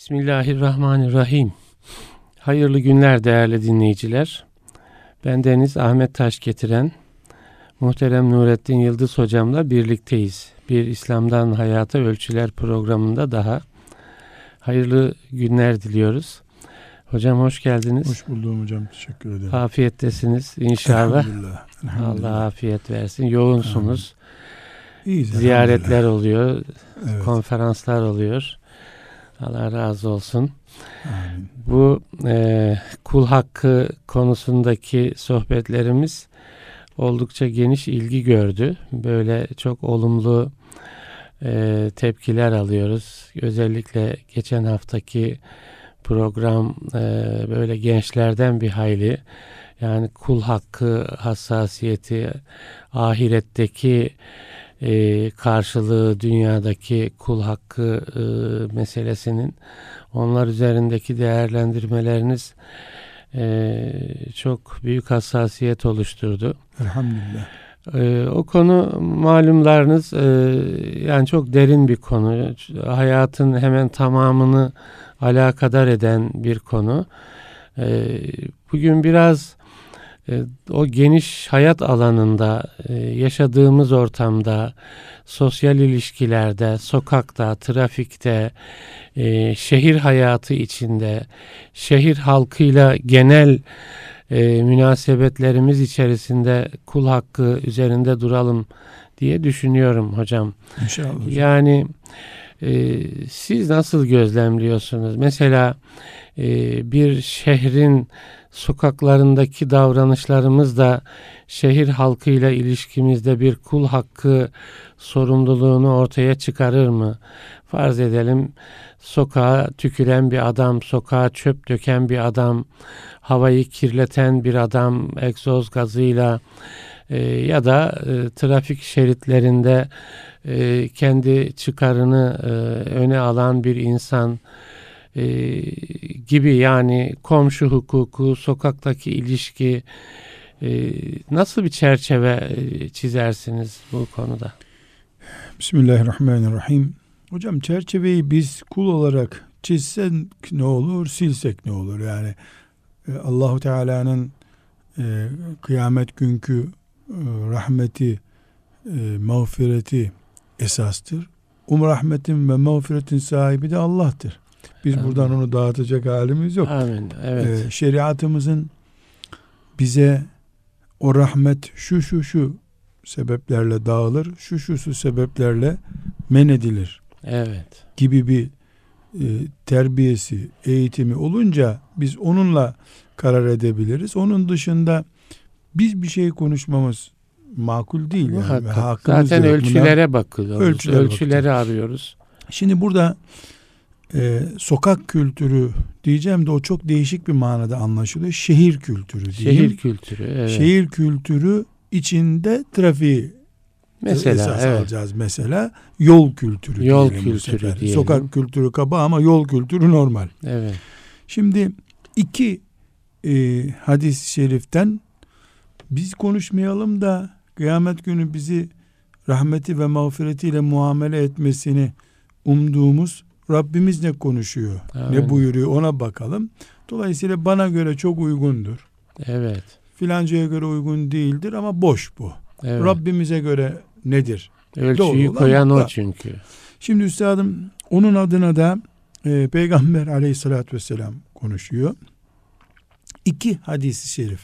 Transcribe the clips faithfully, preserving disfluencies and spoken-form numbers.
Bismillahirrahmanirrahim. Hayırlı günler değerli dinleyiciler. Bendeniz Ahmet Taş getiren muhterem Nurettin Yıldız hocamla birlikteyiz. Bir İslam'dan Hayata Ölçüler programında daha hayırlı günler diliyoruz. Hocam hoş geldiniz. Hoş buldum hocam. Teşekkür ederim. Afiyettesiniz inşallah. Elhamdülillah. Elhamdülillah. Allah afiyet versin. Yoğunsunuz. İyiyiz, ziyaretler oluyor. Evet. Konferanslar oluyor. Allah razı olsun. Amin. Bu e, kul hakkı konusundaki sohbetlerimiz oldukça geniş ilgi gördü. Böyle çok olumlu e, tepkiler alıyoruz. Özellikle geçen haftaki program e, böyle gençlerden bir hayli, yani kul hakkı hassasiyeti, ahiretteki e, karşılığı, dünyadaki kul hakkı e, meselesinin onlar üzerindeki değerlendirmeleriniz e, çok büyük hassasiyet oluşturdu. Elhamdülillah. E, o konu malumlarınız e, yani çok derin bir konu. Hayatın hemen tamamını alakadar eden bir konu. E, bugün biraz e, o geniş hayat alanında, e, yaşadığımız ortamda, sosyal ilişkilerde, sokakta, trafikte, e, şehir hayatı içinde, şehir halkıyla genel e, münasebetlerimiz içerisinde kul hakkı üzerinde duralım diye düşünüyorum hocam. İnşallah hocam. Yani e, siz nasıl gözlemliyorsunuz? Mesela e, bir şehrin sokaklarındaki davranışlarımız da şehir halkıyla ilişkimizde bir kul hakkı sorumluluğunu ortaya çıkarır mı? Farz edelim, sokağa tüküren bir adam, sokağa çöp döken bir adam, havayı kirleten bir adam, egzoz gazıyla e, ya da e, trafik şeritlerinde e, kendi çıkarını e, öne alan bir insan e, gibi, yani komşu hukuku, sokaktaki ilişki, e, nasıl bir çerçeve e, çizersiniz bu konuda? Bismillahirrahmanirrahim. Hocam, çerçeveyi biz kul olarak çizsek ne olur, silsek ne olur? Yani e, Allahu Teala'nın e, kıyamet günkü e, rahmeti, e, mağfireti esastır. Um rahmetin ve mağfiretin sahibi de Allah'tır. Biz Amin. Buradan onu dağıtacak halimiz yok. Amin. Evet. E, şeriatımızın bize o rahmet şu şu şu sebeplerle dağılır, şu şu şu sebeplerle men edilir. Evet. Gibi bir e, terbiyesi, eğitimi olunca biz onunla karar edebiliriz. Onun dışında biz bir şey konuşmamız makul değil. Yani. Zaten ölçülere bakıyoruz. Ölçülere, ölçülere arıyoruz. Şimdi burada e, sokak kültürü diyeceğim de o çok değişik bir manada anlaşılıyor. Şehir kültürü diyeyim. Şehir kültürü. Evet. Şehir kültürü içinde trafiği mesela esas evet. alacağız mesela. Yol kültürü yol diyelim kültürü diyelim. Sokak kültürü kaba ama yol kültürü normal. Evet. Şimdi iki e, hadis-i şeriften biz konuşmayalım da kıyamet günü bizi rahmeti ve mağfiretiyle muamele etmesini umduğumuz Rabbimiz ne konuşuyor? Amin. Ne buyuruyor? Ona bakalım. Dolayısıyla bana göre çok uygundur. Evet. Filancaya göre uygun değildir ama boş bu. Evet. Rabbimize göre nedir? Ölçüyü koyan o çünkü. Şimdi üstadım, onun adına da e, Peygamber aleyhissalatü vesselam konuşuyor. İki hadis-i şerif.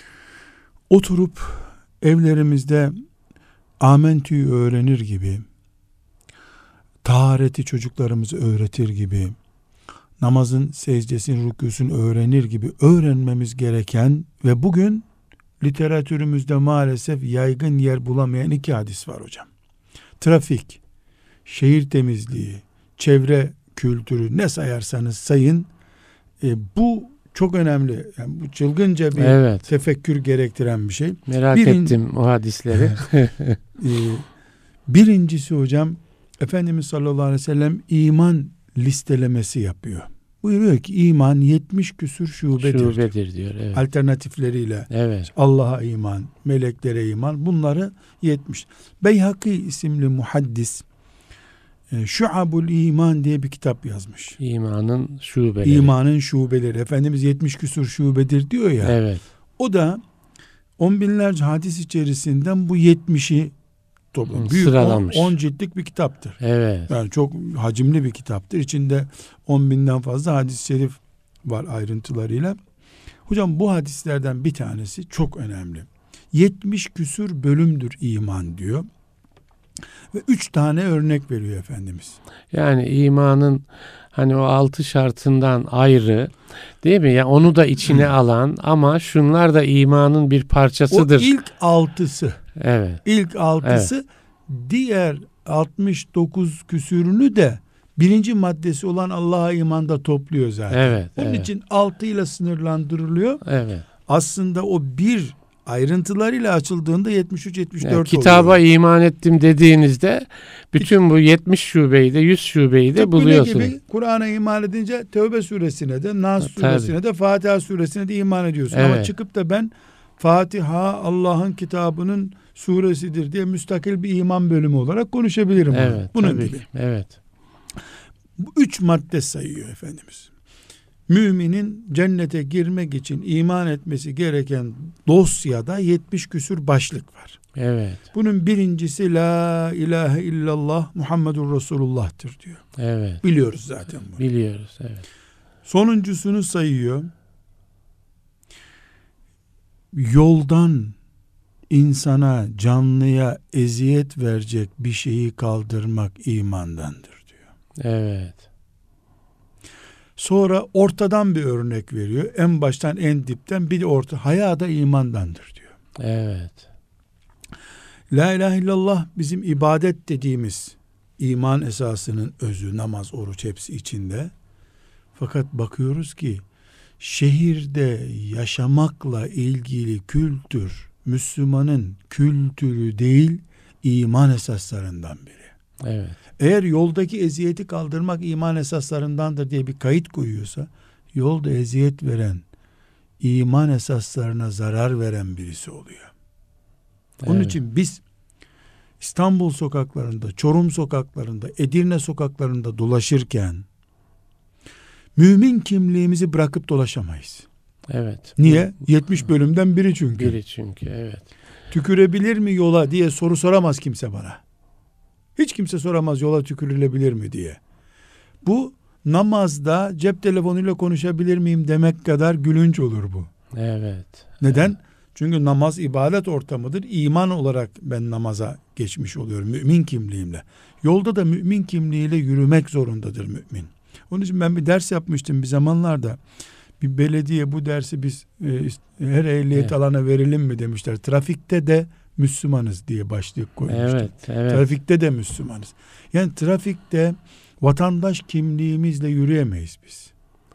Oturup evlerimizde amentüyü öğrenir gibi, tahareti çocuklarımızı öğretir gibi, namazın secdesini, rükûsünü öğrenir gibi öğrenmemiz gereken ve bugün literatürümüzde maalesef yaygın yer bulamayan iki hadis var hocam. Trafik, şehir temizliği, çevre kültürü, ne sayarsanız sayın, e, bu çok önemli. Yani bu çılgınca bir evet. tefekkür gerektiren bir şey. Merak Birin, ettim o hadisleri. e, birincisi hocam, Efendimiz sallallahu aleyhi ve sellem iman listelemesi yapıyor. Buyuruyor ki iman yetmiş küsur şubedir. Şubedir diyor. Evet. Alternatifleriyle. Evet. Allah'a iman, meleklere iman, bunları yetmiş. Beyhaki isimli muhaddis e, Şuabul İman diye bir kitap yazmış. İmanın şubeleri. İmanın şubeleri. Efendimiz yetmiş küsur şubedir diyor ya. Evet. O da on binlerce hadis içerisinden bu yetmişi toplamış. Büyük Sıralamış. on ciltlik bir kitaptır. Evet. Yani çok hacimli bir kitaptır. İçinde on binden fazla hadis-i şerif var ayrıntılarıyla. Hocam bu hadislerden bir tanesi çok önemli. yetmiş küsur bölümdür iman diyor. Ve üç tane örnek veriyor Efendimiz. Yani imanın hani o altı şartından ayrı, değil mi? Yani onu da içine alan ama şunlar da imanın bir parçasıdır. O ilk altısı. Evet. İlk altısı evet. Diğer altmış dokuz küsürünü de birinci maddesi olan Allah'a imanda topluyor zaten. Evet, Onun evet. için altı ile sınırlandırılıyor. Evet. Aslında o bir ayrıntılarıyla açıldığında yetmiş üç yetmiş dört yani oluyor. Kitaba iman ettim dediğinizde bütün bu yetmiş şubeyi de yüz şubeyi de tıpkı buluyorsunuz. ne gibi? Kur'an'a iman edince Tevbe suresine de, Nas Ha, suresine tabii. de, Fatiha suresine de iman ediyorsun. Evet. Ama çıkıp da ben Fatiha Allah'ın kitabının suresidir diye müstakil bir iman bölümü olarak konuşabilirim. Evet, Bunun tabii gibi. ki. Evet. Bu üç madde sayıyor Efendimiz. Müminin cennete girmek için iman etmesi gereken dosyada yetmiş küsur başlık var. Evet. Bunun birincisi la ilahe illallah Muhammedur Resulullah'tır diyor. Evet. Biliyoruz zaten bunu. Biliyoruz. Evet. Sonuncusunu sayıyor. Yoldan insana, canlıya eziyet verecek bir şeyi kaldırmak imandandır diyor. Evet. Sonra ortadan bir örnek veriyor. En baştan en dipten bir de orta. Haya da imandandır diyor. Evet. La ilahe illallah bizim ibadet dediğimiz iman esasının özü, namaz, oruç hepsi içinde. Fakat bakıyoruz ki şehirde yaşamakla ilgili kültür, Müslümanın kültürü değil, iman esaslarından biri. Evet. Eğer yoldaki eziyeti kaldırmak iman esaslarındandır diye bir kayıt koyuyorsa, yolda eziyet veren, iman esaslarına zarar veren birisi oluyor. Onun Evet. için biz İstanbul sokaklarında, Çorum sokaklarında, Edirne sokaklarında dolaşırken mümin kimliğimizi bırakıp dolaşamayız. Evet. Niye? yetmiş bölümden biri çünkü. Biri çünkü. Evet. Tükürebilir mi yola diye soru soramaz kimse bana. Hiç kimse soramaz yola tükürülebilir mi diye. Bu namazda cep telefonuyla konuşabilir miyim demek kadar gülünç olur bu. Evet. Neden? Evet. Çünkü namaz ibadet ortamıdır. İman olarak ben namaza geçmiş oluyorum mümin kimliğimle. Yolda da mümin kimliğiyle yürümek zorundadır mümin. Onun için ben bir ders yapmıştım bir zamanlarda. Bir belediye bu dersi biz e, her ehliyet Evet. alana verelim mi demişler. Trafikte de Müslümanız diye başlık koymuştum. Evet. Evet. Trafikte de Müslümanız. Yani trafikte vatandaş kimliğimizle yürüyemeyiz biz.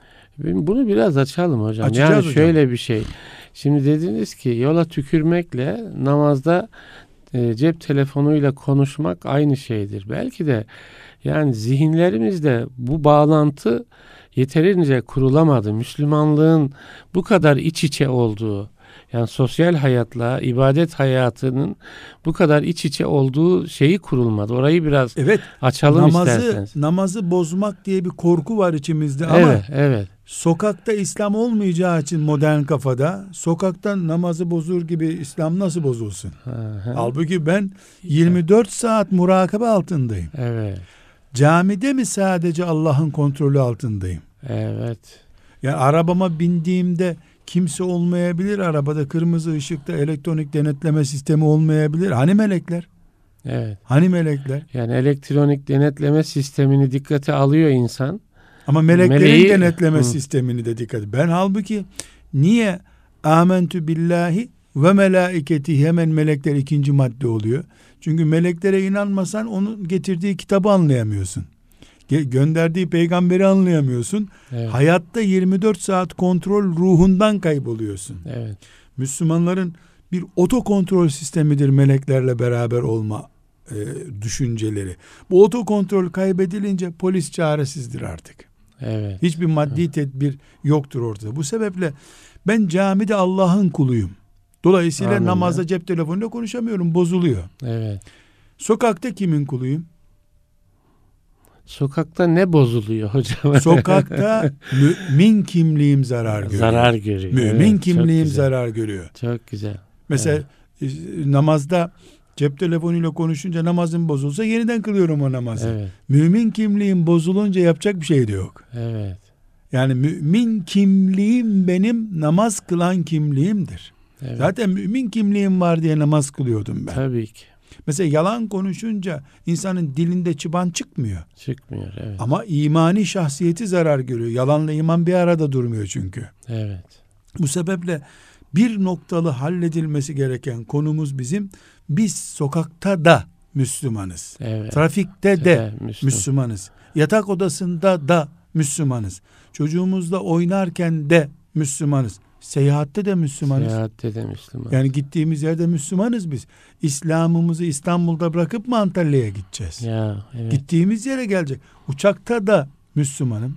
Bunu biraz açalım hocam. Açacağız yani hocam. şöyle bir şey. Şimdi dediniz ki yola tükürmekle namazda e, cep telefonuyla konuşmak aynı şeydir. Belki de yani zihinlerimizde bu bağlantı yeterince kurulamadı. Müslümanlığın bu kadar iç içe olduğu, yani sosyal hayatla ibadet hayatının bu kadar iç içe olduğu şeyi kurulmadı. Orayı biraz Evet. açalım namazı, isterseniz. Namazı bozmak diye bir korku var içimizde ama Evet, evet. sokakta İslam olmayacağı için modern kafada sokaktan namazı bozur gibi İslam nasıl bozulsun? Hı hı. Halbuki ben yirmi dört saat murakabe altındayım. Evet. Camide mi sadece Allah'ın kontrolü altındayım? Evet. Yani arabama bindiğimde kimse olmayabilir. Arabada kırmızı ışıkta elektronik denetleme sistemi olmayabilir. Hani melekler? Evet. Hani melekler? Yani elektronik denetleme sistemini dikkate alıyor insan. Ama meleklerin Meleği- denetleme Hı. sistemini de dikkat. Ben halbuki niye amentu billahi ve melaiketi hemen melekler ikinci madde oluyor? Çünkü meleklere inanmasan onun getirdiği kitabı anlayamıyorsun. Ge- gönderdiği peygamberi anlayamıyorsun. Evet. Hayatta yirmi dört saat kontrol ruhundan kayboluyorsun. Evet. Müslümanların bir otokontrol sistemidir meleklerle beraber olma e, düşünceleri. Bu otokontrol kaybedilince polis çaresizdir artık. Evet. Hiçbir maddi tedbir yoktur ortada. Bu sebeple ben camide Allah'ın kuluyum. Dolayısıyla Amin. namazda cep telefonuyla konuşamıyorum, bozuluyor. Evet. Sokakta kimin kuluyum? Sokakta ne bozuluyor hocam? Sokakta mümin kimliğim zarar görüyor. Zarar görüyor. Mümin Evet, kimliğim zarar görüyor. Çok güzel. Mesela evet. namazda cep telefonuyla konuşunca namazım bozulsa yeniden kılıyorum o namazı. Evet. Mümin kimliğim bozulunca yapacak bir şey de yok. Evet. Yani mümin kimliğim benim namaz kılan kimliğimdir. Evet. Zaten mümin kimliğim var diye namaz kılıyordum ben. Tabii ki. Mesela yalan konuşunca insanın dilinde çıban çıkmıyor. Çıkmıyor, evet. Ama imani şahsiyeti zarar görüyor. Yalanla iman bir arada durmuyor çünkü. Evet. Bu sebeple bir noktalı halledilmesi gereken konumuz bizim. Biz sokakta da Müslümanız. Evet. Trafikte de Evet, Müslüman. Müslümanız. Yatak odasında da Müslümanız. Çocuğumuzla oynarken de Müslümanız. Seyahatte de Müslümanız. Seyahatte de Müslüman. Yani gittiğimiz yerde Müslümanız biz. İslam'ımızı İstanbul'da bırakıp mı Antalya'ya gideceğiz? Ya, evet. Gittiğimiz yere gelecek. Uçakta da Müslümanım.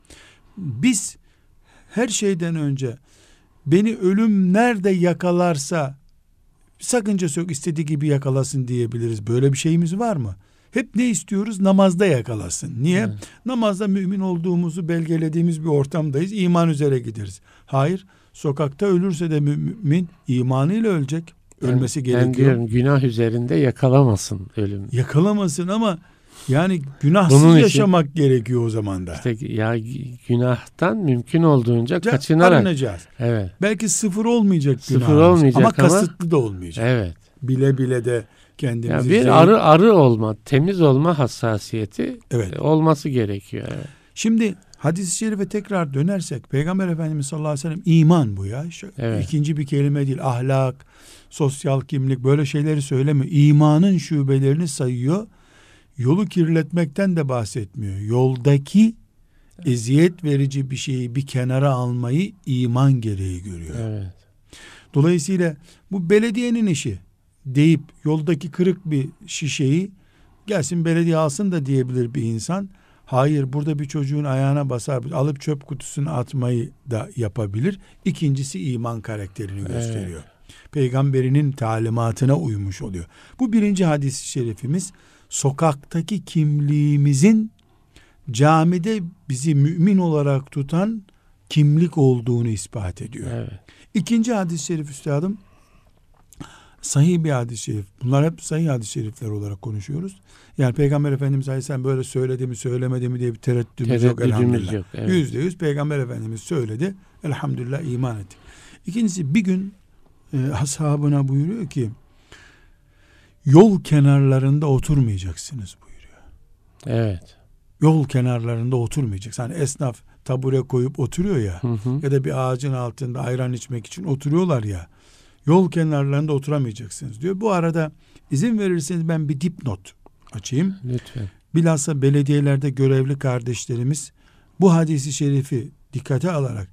Biz her şeyden önce beni ölüm nerede yakalarsa sakıncası yok, istediği gibi yakalasın diyebiliriz. Böyle bir şeyimiz var mı? Hep ne istiyoruz? Namazda yakalasın. Niye? Evet. Namazda mümin olduğumuzu belgelediğimiz bir ortamdayız. İman üzere gideriz. Hayır. Sokakta ölürse de mümin imanıyla ölecek. Ölmesi ben, gerekiyor. Ben diyorum günah üzerinde yakalamasın ölüm. Yakalamasın ama yani günahsız Bunun için, yaşamak gerekiyor o zaman da. İşte ya günahtan mümkün olduğunca C- kaçınarak. Arınacağız. Evet. Belki sıfır olmayacak sıfır günahımız. olmayacak ama, ama kasıtlı da olmayacak. Evet. Bile bile de kendimizi... Ya bir zehir... arı arı olma, temiz olma hassasiyeti evet. olması gerekiyor. Evet. Şimdi hadis-i şerife tekrar dönersek Peygamber Efendimiz sallallahu aleyhi ve sellem iman bu ya. Şu, evet. İkinci bir kelime değil. Ahlak, sosyal kimlik böyle şeyleri söylemiyor. İmanın şubelerini sayıyor. Yolu kirletmekten de bahsetmiyor. Yoldaki eziyet verici bir şeyi bir kenara almayı iman gereği görüyor. Evet. Dolayısıyla bu belediyenin işi deyip yoldaki kırık bir şişeyi gelsin belediye alsın da diyebilir bir insan. Hayır, burada bir çocuğun ayağına basar, alıp çöp kutusuna atmayı da yapabilir. İkincisi iman karakterini evet. gösteriyor. Peygamberinin talimatına uymuş oluyor. Bu birinci hadis-i şerifimiz sokaktaki kimliğimizin camide bizi mümin olarak tutan kimlik olduğunu ispat ediyor. Evet. İkinci hadis-i şerif üstadım sahih bir hadis-i şerif. Bunlar hep sahih hadis-i şerifler olarak konuşuyoruz. Yani Peygamber Efendimiz Aleyhisselam böyle söyledi mi söylemedi mi diye bir tereddüdümüz yok elhamdülillah. Yok, evet. Yüzde yüz Peygamber Efendimiz söyledi. Elhamdülillah iman ettik. İkincisi bir gün e, ashabına buyuruyor ki yol kenarlarında oturmayacaksınız buyuruyor. Evet. Yol kenarlarında oturmayacaksınız. Hani esnaf tabure koyup oturuyor ya hı hı. ya da bir ağacın altında ayran içmek için oturuyorlar ya. Yol kenarlarında oturamayacaksınız diyor. Bu arada izin verirseniz ben bir dipnot açayım. Lütfen. Bilhassa belediyelerde görevli kardeşlerimiz bu hadisi şerifi dikkate alarak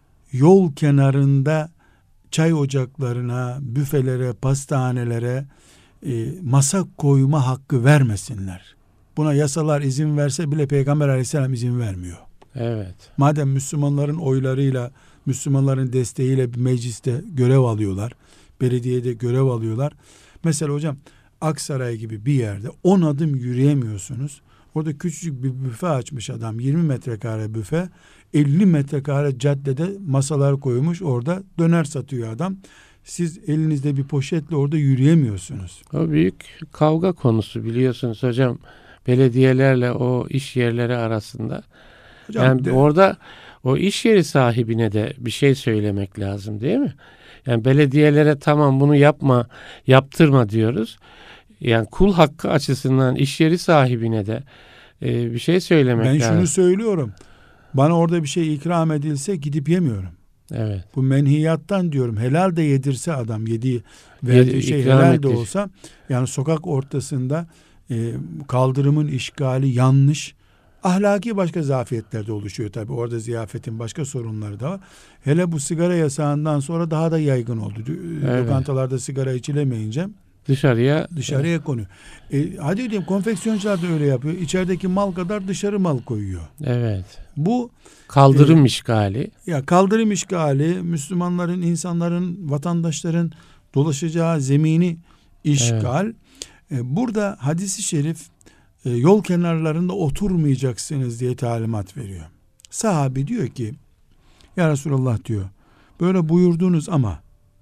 yol kenarında çay ocaklarına, büfelere, pastanelere e, masa koyma hakkı vermesinler. Buna yasalar izin verse bile Peygamber Aleyhisselam izin vermiyor. Evet. Madem Müslümanların oylarıyla, Müslümanların desteğiyle bir mecliste görev alıyorlar, belediyede görev alıyorlar. Mesela hocam Aksaray gibi bir yerde on adım yürüyemiyorsunuz. Orada küçücük bir büfe açmış adam, yirmi metrekare büfe, elli metrekare caddede masalar koymuş, orada döner satıyor adam. Siz elinizde bir poşetle orada yürüyemiyorsunuz. O büyük kavga konusu biliyorsunuz hocam. Belediyelerle o iş yerleri arasında. Hocam, yani de, orada o iş yeri sahibine de bir şey söylemek lazım değil mi? Yani belediyelere tamam bunu yapma, yaptırma diyoruz. Yani kul hakkı açısından iş yeri sahibine de e, bir şey söylemek ben lazım. Ben şunu söylüyorum. Bana orada bir şey ikram edilse gidip yemiyorum. Evet. Bu menhiyattan diyorum. Helal de yedirse adam yediği verdiği Yedi, şey helal ettir. de olsa yani sokak ortasında e, kaldırımın işgali yanlış. Ahlaki başka zafiyetler de oluşuyor tabii. Orada ziyafetin başka sorunları da var. Hele bu sigara yasağından sonra daha da yaygın oldu. Evet. Lokantalarda sigara içilemeyince dışarıya dışarıya evet. konuyor. E, hadi diyeyim konfeksiyoncular da öyle yapıyor. İçerideki mal kadar dışarı mal koyuyor. Evet. Bu kaldırım e, işgali. Ya kaldırım işgali, Müslümanların, insanların, vatandaşların dolaşacağı zemini işgal. Evet. E, burada hadis-i şerif e, yol kenarlarında oturmayacaksınız diye talimat veriyor. Sahabi diyor ki, ya Resulallah diyor, böyle buyurdunuz ama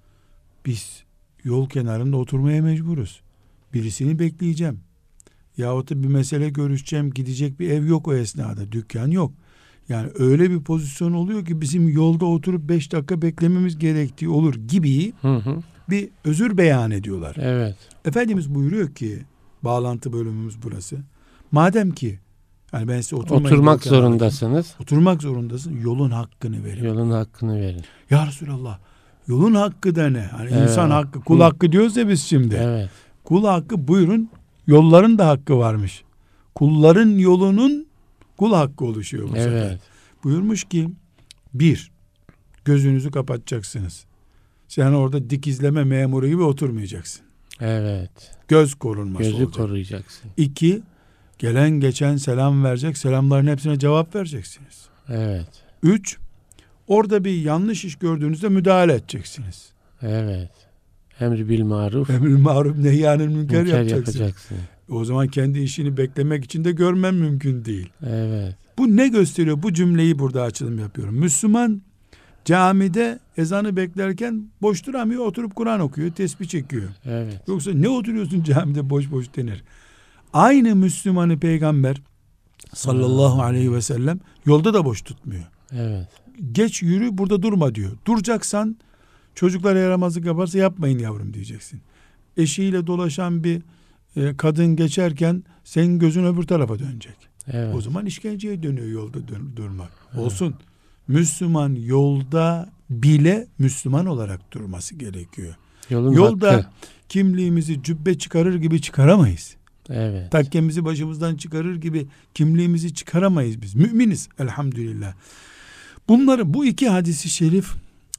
biz yol kenarında oturmaya mecburuz. Birisini bekleyeceğim. Yahut da bir mesele görüşeceğim, gidecek bir ev yok o esnada, dükkan yok. Yani öyle bir pozisyon oluyor ki bizim yolda oturup beş dakika beklememiz gerektiği olur gibi Hı hı. bir özür beyan ediyorlar. Evet. Efendimiz buyuruyor ki, bağlantı bölümümüz burası. Madem ki yani ben size oturmayın, Oturmak zorundasınız. Oturmak zorundasın. Yolun hakkını verin. Yolun hakkını verin. Ya Resulallah, yolun hakkı da ne? Hani Evet. insan hakkı, kul Hı. hakkı diyoruz ya biz şimdi. Evet. Kul hakkı, buyurun. Yolların da hakkı varmış. Kulların yolunun kul hakkı oluşuyor bu Evet. sefer. Buyurmuş ki, bir, gözünüzü kapatacaksınız. Sen orada dikizleme memuru gibi oturmayacaksın. Evet. Göz korunması Gözü olacak. koruyacaksın. İki, gelen geçen selam verecek. Selamların hepsine cevap vereceksiniz. Evet. Üç, orada bir yanlış iş gördüğünüzde müdahale edeceksiniz. Evet. Emri bil maruf. Emri maruf nehyanil münker Münker yapacaksın. yapacaksın. O zaman kendi işini beklemek için de görmen mümkün değil. Evet. Bu ne gösteriyor? Bu cümleyi burada açılım yapıyorum. Müslüman camide ezanı beklerken boş duramıyor, oturup Kur'an okuyor, tesbih çekiyor. Evet. Yoksa ne oturuyorsun camide boş boş denir. Aynı Müslümanı Peygamber sallallahu aleyhi ve sellem yolda da boş tutmuyor. Evet. Geç yürü, burada durma diyor. Duracaksan, çocuklara yaramazlık yaparsa yapmayın yavrum diyeceksin. Eşiyle dolaşan bir e, kadın geçerken senin gözün öbür tarafa dönecek. Evet. O zaman işkenceye dönüyor yolda dön, durmak. Evet. Olsun. Müslüman yolda bile Müslüman olarak durması gerekiyor. Yolun Yolda hakkı. kimliğimizi cübbe çıkarır gibi çıkaramayız. Evet. Takkemizi başımızdan çıkarır gibi kimliğimizi çıkaramayız biz. Müminiz elhamdülillah. Bunları, bu iki hadisi şerif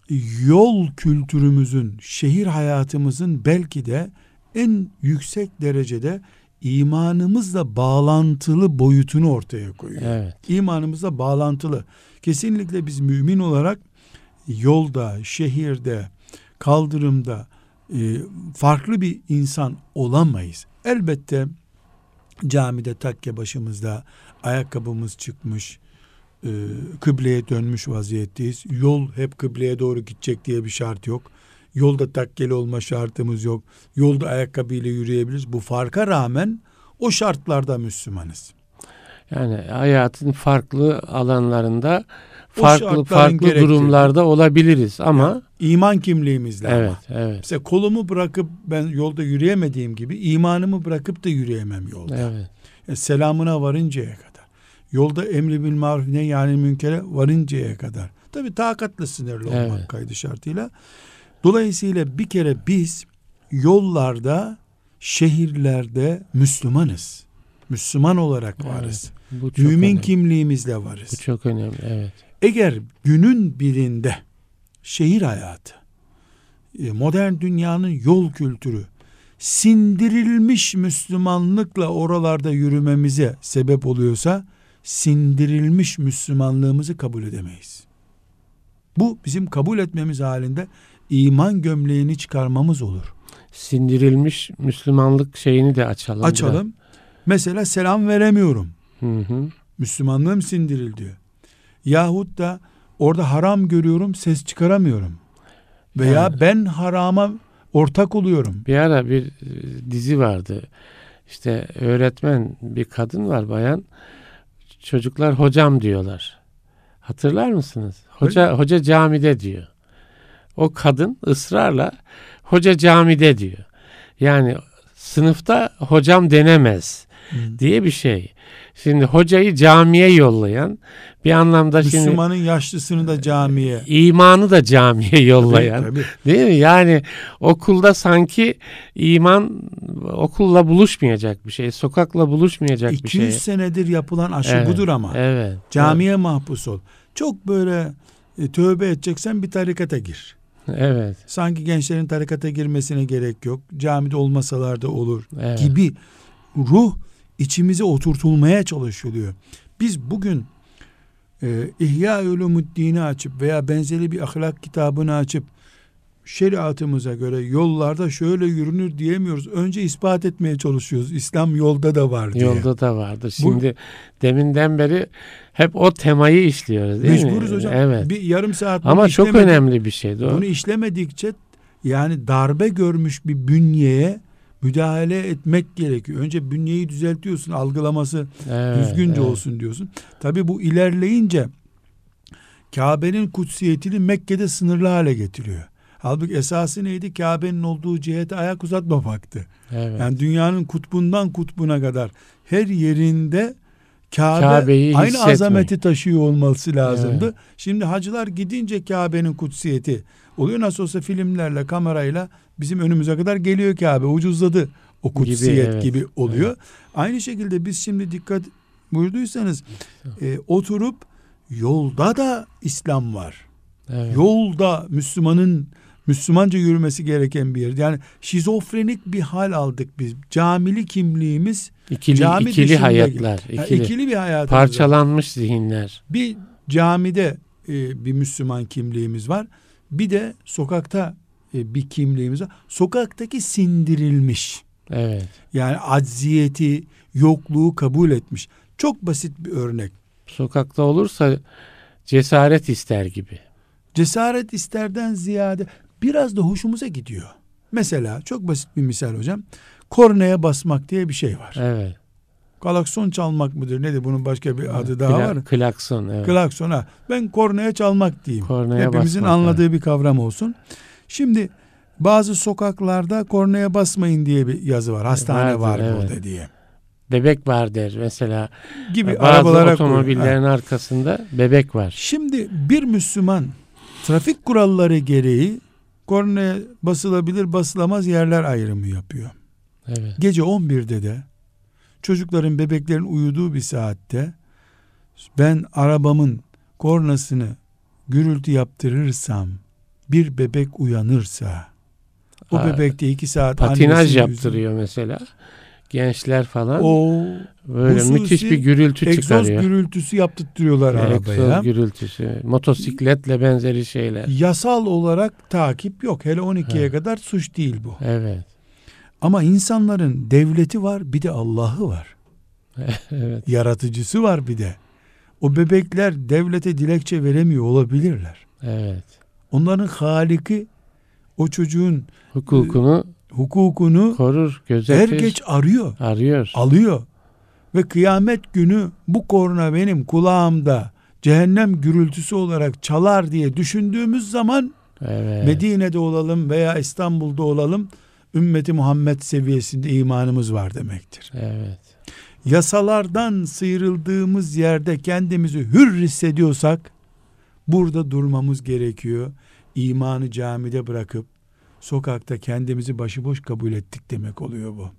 yol kültürümüzün, şehir hayatımızın belki de en yüksek derecede imanımızla bağlantılı boyutunu ortaya koyuyor. Evet. İmanımızla bağlantılı. Kesinlikle biz mümin olarak yolda, şehirde, kaldırımda e, farklı bir insan olamayız. Elbette camide takke başımızda, ayakkabımız çıkmış, e, kıbleye dönmüş vaziyetteyiz. Yol hep kıbleye doğru gidecek diye bir şart yok. Yolda takkeli olma şartımız yok. Yolda ayakkabıyla yürüyebiliriz. Bu farka rağmen o şartlarda Müslümanız. Yani hayatın farklı alanlarında O farklı şartların farklı gerektirdiği- durumlarda olabiliriz ama Yani iman kimliğimizle evet, ama. evet. Mesela kolumu bırakıp ben yolda yürüyemediğim gibi imanımı bırakıp da yürüyemem yolda. Evet. Yani selamına varıncaya kadar. Yolda emri bil maruf ne yani münkere varıncaya kadar. Tabii takatlı sınırlı olmak Evet. kaydı şartıyla. Dolayısıyla bir kere biz yollarda, şehirlerde Müslümanız. Müslüman olarak varız. Evet, bu çok Mümin önemli. kimliğimizle varız. Bu çok önemli. Evet. Eğer günün birinde şehir hayatı, modern dünyanın yol kültürü sindirilmiş Müslümanlıkla oralarda yürümemize sebep oluyorsa, sindirilmiş Müslümanlığımızı kabul edemeyiz. Bu bizim kabul etmemiz halinde iman gömleğini çıkarmamız olur. Sindirilmiş Müslümanlık şeyini de açalım. Açalım. Mesela selam veremiyorum. Hı hı. Müslümanlığım sindirildi. Yahut da orada haram görüyorum, ses çıkaramıyorum. Veya Yani. ben harama ortak oluyorum. Bir ara bir e, dizi vardı. İşte öğretmen bir kadın var, bayan. Çocuklar hocam diyorlar. Hatırlar mısınız? Hoca Öyle. hoca camide diyor. O kadın ısrarla hoca camide diyor. Yani sınıfta hocam denemez Hmm. diye bir şey. Şimdi hocayı camiye yollayan, bir anlamda şimdi Müslümanın yaşlısını da camiye. imanı da camiye yollayan. Tabii, Değil mi? Yani okulda sanki iman okulla buluşmayacak bir şey, sokakla buluşmayacak bir iki şey. yüz senedir yapılan aşı Evet, budur ama. Evet. Camiye mahpus ol. Çok böyle e, tövbe edeceksen bir tarikata gir. Evet. Sanki gençlerin tarikata girmesine gerek yok. Camide olmasalar da olur Evet. gibi ruh içimize oturtulmaya çalışılıyor. Biz bugün e, İhya Ulumuddin'i açıp veya benzeri bir ahlak kitabını açıp şeriatımıza göre yollarda şöyle yürünür diyemiyoruz. Önce ispat etmeye çalışıyoruz. İslam yolda da var diye. Yolda da vardır. Şimdi Bu, deminden beri hep o temayı işliyoruz değil mecburuz mi? Mecburuz hocam. Evet. Bir yarım saat ama çok önemli bir şey. Doğru. Bunu işlemedikçe yani darbe görmüş bir bünyeye müdahale etmek gerekiyor. Önce bünyeyi düzeltiyorsun, algılaması evet, düzgünce evet. olsun diyorsun. Tabii bu ilerleyince Kabe'nin kutsiyetini Mekke'de sınırlı hale getiriyor. Halbuki esası neydi? Kabe'nin olduğu cihete ayak uzatmamaktı. Evet. Yani dünyanın kutbundan kutbuna kadar her yerinde Kabe Kabe'yi aynı hissetmek. azameti taşıyor olması lazımdı. Evet. Şimdi hacılar gidince Kabe'nin kutsiyeti oluyor. Nasıl olsa filmlerle, kamerayla bizim önümüze kadar geliyor Kabe. Ucuzladı o kutsiyet gibi, evet. gibi oluyor. Evet. Aynı şekilde biz şimdi dikkat buyurduysanız e, oturup yolda da İslam var. Evet. Yolda Müslümanın Müslümanca yürümesi gereken bir yer. Yani şizofrenik bir hal aldık biz. Camili kimliğimiz ikili, cami ikili hayatlar. İkili. Yani ikili bir hayatımız parçalanmış var. Zihinler. Bir camide e, bir Müslüman kimliğimiz var. Bir de sokakta e, bir kimliğimiz var. Sokaktaki sindirilmiş. Evet. Yani acziyeti, yokluğu kabul etmiş. Çok basit bir örnek. Sokakta olursa cesaret ister gibi. Cesaret isterden ziyade biraz da hoşumuza gidiyor. Mesela çok basit bir misal hocam. Kornaya basmak diye bir şey var. Evet. Klakson çalmak mıdır? Nedir? Bunun başka bir adı daha Kla, var. Klakson. Evet. Klakson. Ha. Ben kornaya çalmak diyeyim. Kornaya Hepimizin basmak, anladığı evet. bir kavram olsun. Şimdi bazı sokaklarda kornaya basmayın diye bir yazı var. Hastane vardır, var burada evet. diye. Bebek var der mesela. Gibi bazı arabalara otomobillerin ha. arkasında bebek var. Şimdi bir Müslüman trafik kuralları gereği kornaya basılabilir basılamaz yerler ayrımı yapıyor. Evet. Gece on birde de çocukların, bebeklerin uyuduğu bir saatte ben arabamın kornasını gürültü yaptırırsam, bir bebek uyanırsa o Aa, bebekte iki saat patinaj yaptırıyor üzüm. Mesela gençler falan o böyle müthiş bir gürültü egzoz çıkarıyor. Egzoz gürültüsü yaptırtıyorlar egzoz arabaya. Egzoz gürültüsü, motosikletle benzeri şeyler. Yasal olarak takip yok. Hele on ikiye evet. kadar suç değil bu. Evet. Ama insanların devleti var, bir de Allah'ı var. Evet. Yaratıcısı var bir de. O bebekler devlete dilekçe veremiyor olabilirler. Evet. Onların Haliki o çocuğun hukukunu e, hukukunu korur, gözetir. Er geç arıyor. Arıyor. Alıyor. Ve kıyamet günü bu korna benim kulağımda cehennem gürültüsü olarak çalar diye düşündüğümüz zaman evet. Medine'de olalım veya İstanbul'da olalım, ümmeti Muhammed seviyesinde imanımız var demektir. Evet. Yasalardan sıyrıldığımız yerde kendimizi hür hissediyorsak burada durmamız gerekiyor. İmanı camide bırakıp sokakta kendimizi başıboş kabul ettik demek oluyor bu.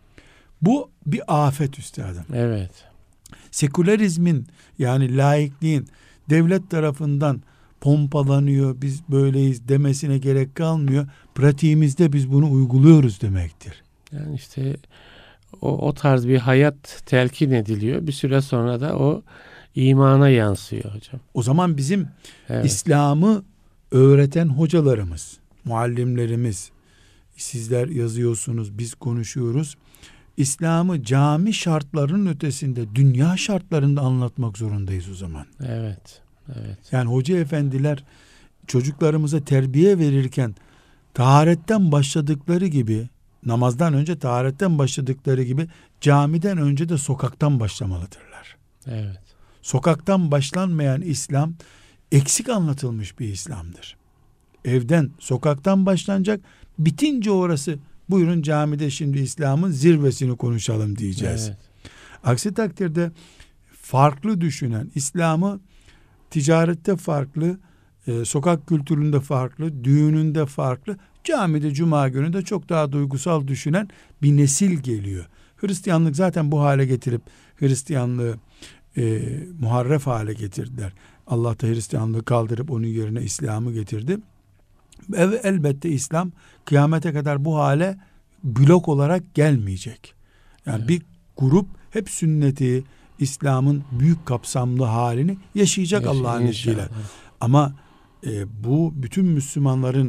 Bu bir afet üstadım. Evet. Sekülerizmin yani laikliğin devlet tarafından pompalanıyor, biz böyleyiz demesine gerek kalmıyor. Pratiğimizde biz bunu uyguluyoruz demektir. Yani işte o, o tarz bir hayat telkin ediliyor. Bir süre sonra da o imana yansıyor hocam. O zaman bizim evet. İslam'ı öğreten hocalarımız, muallimlerimiz, sizler yazıyorsunuz, biz konuşuyoruz. İslam'ı cami şartlarının ötesinde dünya şartlarında anlatmak zorundayız o zaman. Evet. Evet. Yani hoca efendiler çocuklarımıza terbiye verirken taharetten başladıkları gibi, namazdan önce taharetten başladıkları gibi camiden önce de sokaktan başlamalıdırlar. Evet. Sokaktan başlanmayan İslam eksik anlatılmış bir İslam'dır. Evden, sokaktan başlanacak, bitince orası buyurun camide şimdi İslam'ın zirvesini konuşalım diyeceğiz. Evet. Aksi takdirde farklı düşünen, İslam'ı ticarette farklı, e, sokak kültüründe farklı, düğününde farklı, camide cuma günü de çok daha duygusal düşünen bir nesil geliyor. Hristiyanlık zaten bu hale getirip Hristiyanlığı e, muharref hale getirdiler. Allah da Hristiyanlığı kaldırıp onun yerine İslam'ı getirdi. Evet, elbette İslam kıyamete kadar bu hale blok olarak gelmeyecek. Yani evet. bir grup hep sünneti, İslam'ın büyük kapsamlı halini yaşayacak Allah'ın izniyle. Ama e, bu bütün Müslümanların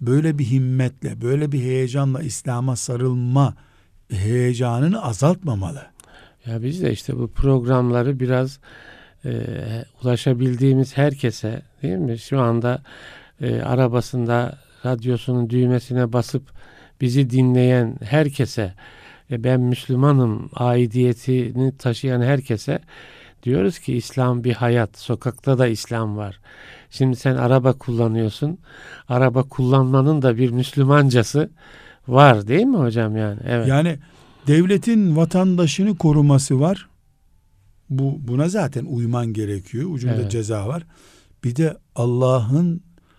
böyle bir himmetle, böyle bir heyecanla İslam'a sarılma heyecanını azaltmamalı. Ya biz de işte bu programları biraz e, ulaşabildiğimiz herkese, değil mi? Şu anda e, arabasında radyosunun düğmesine basıp bizi dinleyen herkese, e, ben Müslümanım aidiyetini taşıyan herkese diyoruz ki İslam bir hayat. Sokakta da İslam var. Şimdi sen araba kullanıyorsun. Araba kullanmanın da bir Müslümancası var, değil mi hocam yani? Evet. Yani devletin vatandaşını koruması var. Bu buna zaten uyman gerekiyor. Ucunda Evet. ceza var. Bir de Allah'ın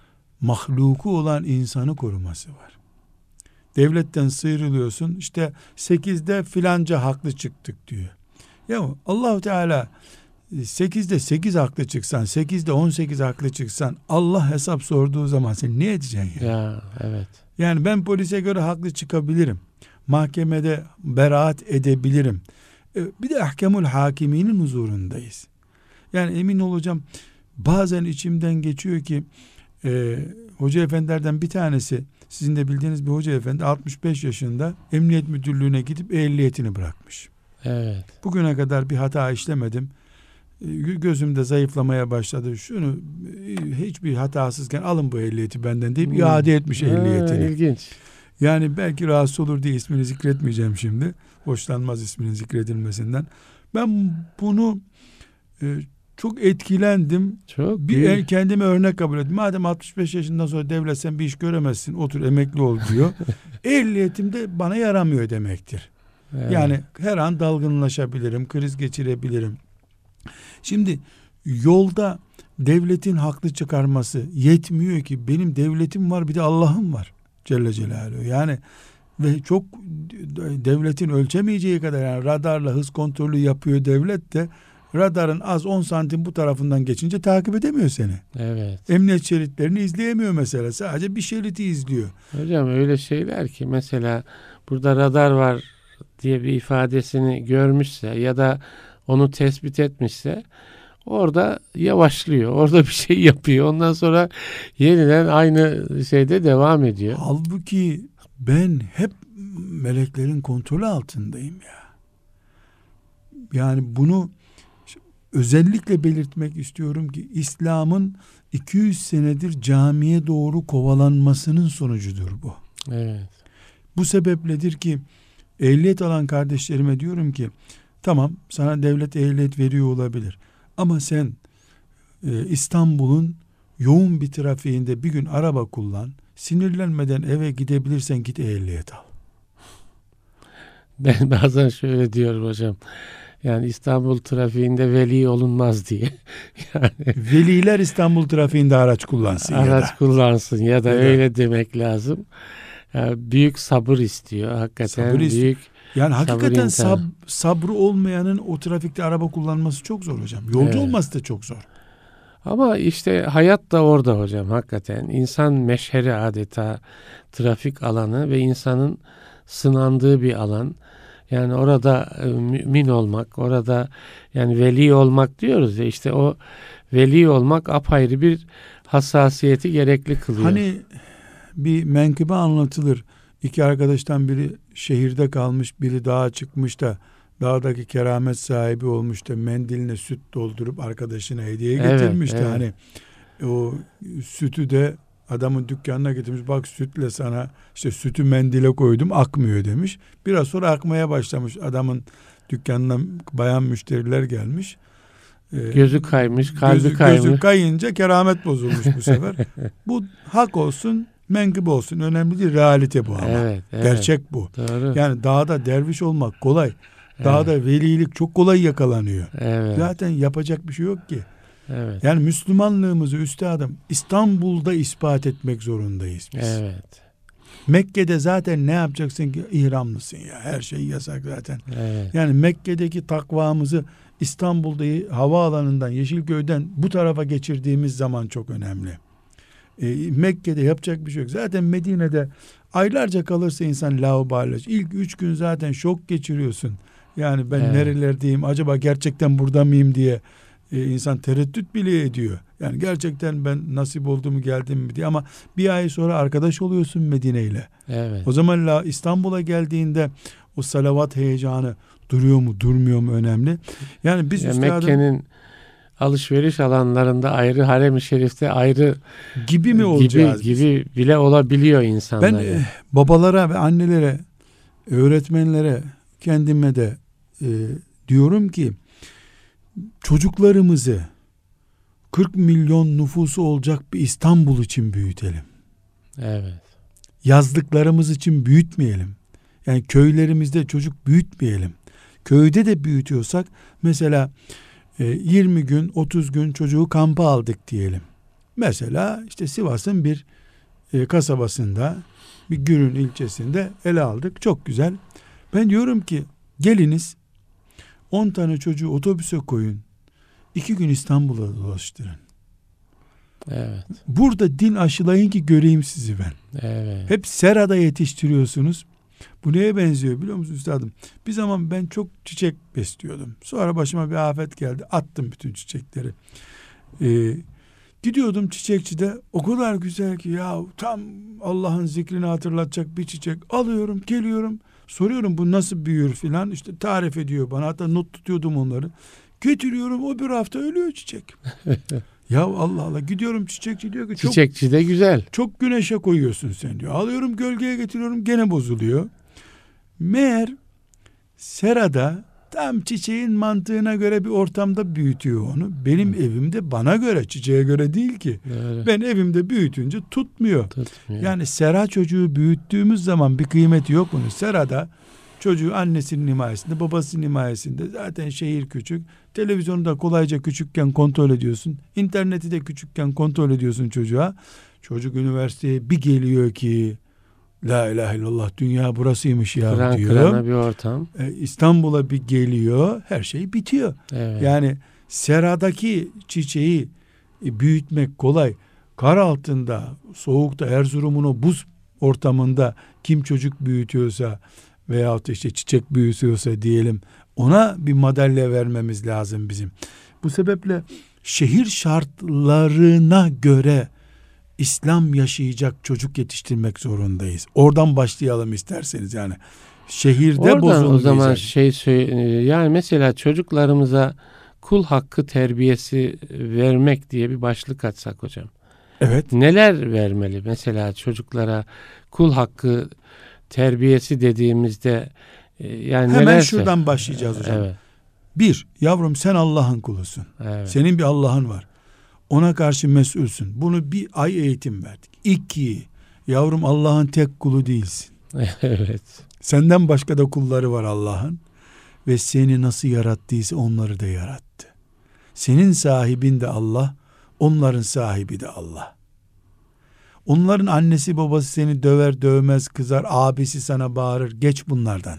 mahluku olan insanı koruması var. Devletten sıyrılıyorsun. İşte sekizde filanca haklı çıktık diyor. Ya Allah-u Teala sekizde sekiz haklı çıksan, sekizde on sekiz haklı çıksan, Allah hesap sorduğu zaman sen ne edeceksin ya? Ya evet. Yani ben polise göre haklı çıkabilirim. Mahkemede beraat edebilirim. Bir de ahkamul hakiminin huzurundayız. Yani emin olacağım, bazen içimden geçiyor ki e, hoca efendilerden bir tanesi, sizin de bildiğiniz bir hoca efendi, altmış beş yaşında emniyet müdürlüğüne gidip ehliyetini bırakmış. Evet. Bugüne kadar bir hata işlemedim. Gözümde zayıflamaya başladı. Şunu hiçbir hatasızken alın bu ehliyeti benden deyip hmm. iade etmiş ehliyetini. Ha, ilginç. Yani belki rahatsız olur diye ismini zikretmeyeceğim şimdi. Hoşlanmaz isminin zikredilmesinden. Ben bunu e, çok etkilendim. Çok bir büyük. Kendime örnek kabul ettim. Madem altmış beş yaşından sonra devlet sen bir iş göremezsin, otur emekli ol diyor. Ehliyetim de bana yaramıyor demektir. Evet. Yani her an dalgınlaşabilirim, kriz geçirebilirim. Şimdi yolda devletin haklı çıkarması yetmiyor ki, benim devletim var, bir de Allah'ım var Celle Celaluhu. Yani ve çok devletin ölçemeyeceği kadar, yani radarla hız kontrolü yapıyor devlet de, radarın az on santim bu tarafından geçince takip edemiyor seni. Evet. Emniyet şeritlerini izleyemiyor mesela, sadece bir şeridi izliyor. Hocam öyle şeyler ki, mesela burada radar var diye bir ifadesini görmüşse ya da onu tespit etmişse orada yavaşlıyor. Orada bir şey yapıyor. Ondan sonra yeniden aynı şeyde devam ediyor. Halbuki ben hep meleklerin kontrolü altındayım ya. Yani bunu özellikle belirtmek istiyorum ki İslam'ın iki yüz senedir camiye doğru kovalanmasının sonucudur bu. Evet. Bu sebepledir ki ehliyet alan kardeşlerime diyorum ki, tamam sana devlet ehliyet veriyor olabilir ama sen e, İstanbul'un yoğun bir trafiğinde bir gün araba kullan, sinirlenmeden eve gidebilirsen git ehliyet al. Ben bazen şöyle diyorum hocam, yani İstanbul trafiğinde veli olunmaz diye. Yani veliler İstanbul trafiğinde araç kullansın araç ya da. kullansın ya da ya öyle da. demek lazım. Yani büyük sabır istiyor hakikaten. Sabır istiyor. Büyük yani hakikaten sabır sab, sabrı olmayanın o trafikte araba kullanması çok zor hocam. Yolcu evet. olması da çok zor. Ama işte hayat da orada hocam hakikaten. İnsan meşheri adeta, trafik alanı ve insanın sınandığı bir alan. Yani orada mümin olmak, orada yani veli olmak diyoruz ya, işte o veli olmak apayrı bir hassasiyeti gerekli kılıyor. Hani bir menkıbe anlatılır. İki arkadaştan biri şehirde kalmış, biri dağa çıkmış da dağdaki keramet sahibi olmuş da mendiline süt doldurup arkadaşına hediye getirmişti. Evet, evet. Hani o sütü de adamın dükkanına getirmiş. Bak sütle sana, işte sütü mendile koydum akmıyor demiş. Biraz sonra akmaya başlamış. Adamın dükkanına bayan müşteriler gelmiş. Ee, gözü kaymış, kalbi gözü, kaymış. Gözü kayınca keramet bozulmuş bu sefer. Bu hak olsun, menkıbe olsun, önemli değil, realite bu ama. Evet, evet. Gerçek bu. Doğru. Yani dağda derviş olmak kolay. Dağda evet. velilik çok kolay yakalanıyor. Evet. Zaten yapacak bir şey yok ki. Evet. Yani Müslümanlığımızı üstadım İstanbul'da ispat etmek zorundayız biz. Evet. Mekke'de zaten ne yapacaksın ki, ihramlısın ya. Her şey yasak zaten. Evet. Yani Mekke'deki takvamızı İstanbul'da havaalanından, Yeşilköy'den bu tarafa geçirdiğimiz zaman çok önemli. E, Mekke'de yapacak bir şey yok. Zaten Medine'de aylarca kalırsa insan laubaliz. İlk üç gün zaten şok geçiriyorsun. Yani ben evet. nerelerdeyim, acaba gerçekten burada mıyım diye e, insan tereddüt bile ediyor. Yani gerçekten ben nasip oldu mu geldim mi diye, ama bir ay sonra arkadaş oluyorsun Medine ile. Evet. O zaman la İstanbul'a geldiğinde o salavat heyecanı duruyor mu durmuyor mu önemli. Yani biz Ya üstadım, Mekke'nin alışveriş alanlarında ayrı, harem-i şerifte ayrı gibi mi gibi olacağız biz? gibi bile olabiliyor Ben insanlar. e, babalara ve annelere, öğretmenlere, kendime de e, diyorum ki çocuklarımızı kırk milyon nüfusu olacak bir İstanbul için büyütelim. Evet. Yazlıklarımız için büyütmeyelim. Yani köylerimizde çocuk büyütmeyelim. Köyde de büyütüyorsak mesela e, yirmi gün otuz gün çocuğu kampa aldık diyelim. Mesela işte Sivas'ın bir e, kasabasında, bir Gürün ilçesinde ele aldık. Çok güzel. Ben diyorum ki geliniz on tane çocuğu otobüse koyun. iki gün İstanbul'a dolaştırın. Evet. Burada din aşılayın ki göreyim sizi ben. Evet. Hep serada yetiştiriyorsunuz. Bu neye benziyor biliyor musunuz üstadım? Bir zaman ben çok çiçek besliyordum. Sonra başıma bir afet geldi. Attım bütün çiçekleri. Ee, gidiyordum çiçekçide. O kadar güzel ki ya, tam Allah'ın zikrini hatırlatacak bir çiçek alıyorum, geliyorum. Soruyorum bu nasıl büyür filan. İşte tarif ediyor bana. Hatta not tutuyordum onları. Getiriyorum, o bir hafta ölüyor çiçek. Ya Allah Allah, gidiyorum çiçekçi diyor ki çok, Çiçekçi de güzel. çok güneşe koyuyorsun sen diyor. Alıyorum gölgeye getiriyorum, gene bozuluyor. Meğer serada tam çiçeğin mantığına göre bir ortamda büyütüyor onu. Benim Hı. evimde bana göre, çiçeğe göre değil ki. Öyle. Ben evimde büyütünce tutmuyor. Tutmuyor. Yani sera çocuğu büyüttüğümüz zaman bir kıymeti yok bunun. Serada çocuğu annesinin himayesinde, babasının himayesinde. Zaten şehir küçük. Televizyonu da kolayca küçükken kontrol ediyorsun. İnterneti de küçükken kontrol ediyorsun çocuğa. Çocuk üniversiteye bir geliyor ki la ilahe illallah, dünya burasıymış ya Kıran diyor. kırana bir ortam. Ee, İstanbul'a bir geliyor, her şey bitiyor. Evet. Yani seradaki çiçeği e, büyütmek kolay. Kar altında, soğukta, Erzurum'un o buz ortamında kim çocuk büyütüyorsa veyahut işte çiçek büyütüyorsa diyelim, ona bir madalya vermemiz lazım bizim. Bu sebeple şehir şartlarına göre İslam yaşayacak çocuk yetiştirmek zorundayız. Oradan başlayalım isterseniz yani. Şehirde Oradan bozulmayacak. o zaman şey söyle, yani mesela çocuklarımıza kul hakkı terbiyesi vermek diye bir başlık açsak hocam. Evet. Neler vermeli mesela çocuklara kul hakkı terbiyesi dediğimizde, yani hemen neler şuradan ser- başlayacağız hocam. Evet. Bir, yavrum sen Allah'ın kulusun. Evet. Senin bir Allah'ın var. Ona karşı mesulsün. Bunu bir ay eğitim verdik. İki, yavrum Allah'ın tek kulu değilsin. Evet. Senden başka da kulları var Allah'ın. Ve seni nasıl yarattıysa onları da yarattı. Senin sahibin de Allah, onların sahibi de Allah. Onların annesi babası seni döver dövmez, kızar, abisi sana bağırır. Geç bunlardan.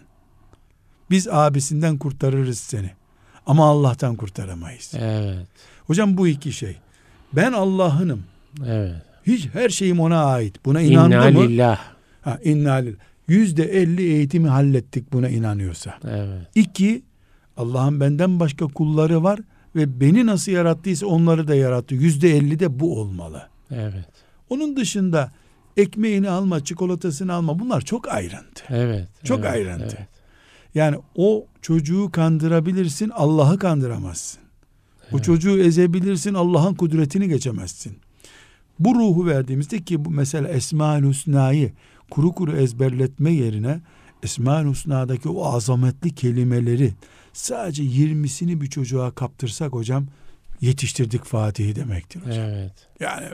Biz abisinden kurtarırız seni. Ama Allah'tan kurtaramayız. Evet. Hocam bu iki şey. Ben Allah'ınım. Evet. Hiç her şeyim ona ait. Buna inandı İnna mı? lillah. Ha, inna lillah. Yüzde elli eğitimi hallettik buna inanıyorsa. Evet. İki, Allah'ın benden başka kulları var ve beni nasıl yarattıysa onları da yarattı. Yüzde elli de bu olmalı. Evet. Onun dışında ekmeğini alma, çikolatasını alma, bunlar çok ayrıntı. Evet. Çok evet, ayrıntı. Evet. Yani o çocuğu kandırabilirsin, Allah'ı kandıramazsın. O Evet. çocuğu ezebilirsin, Allah'ın kudretini geçemezsin. Bu ruhu verdiğimizde, ki bu mesela Esma-ül Hüsna'yı kuru kuru ezberletme yerine Esma-ül Hüsna'daki o azametli kelimeleri sadece yirmisini bir çocuğa kaptırsak hocam, yetiştirdik Fatih'i demektir hocam. Evet. Yani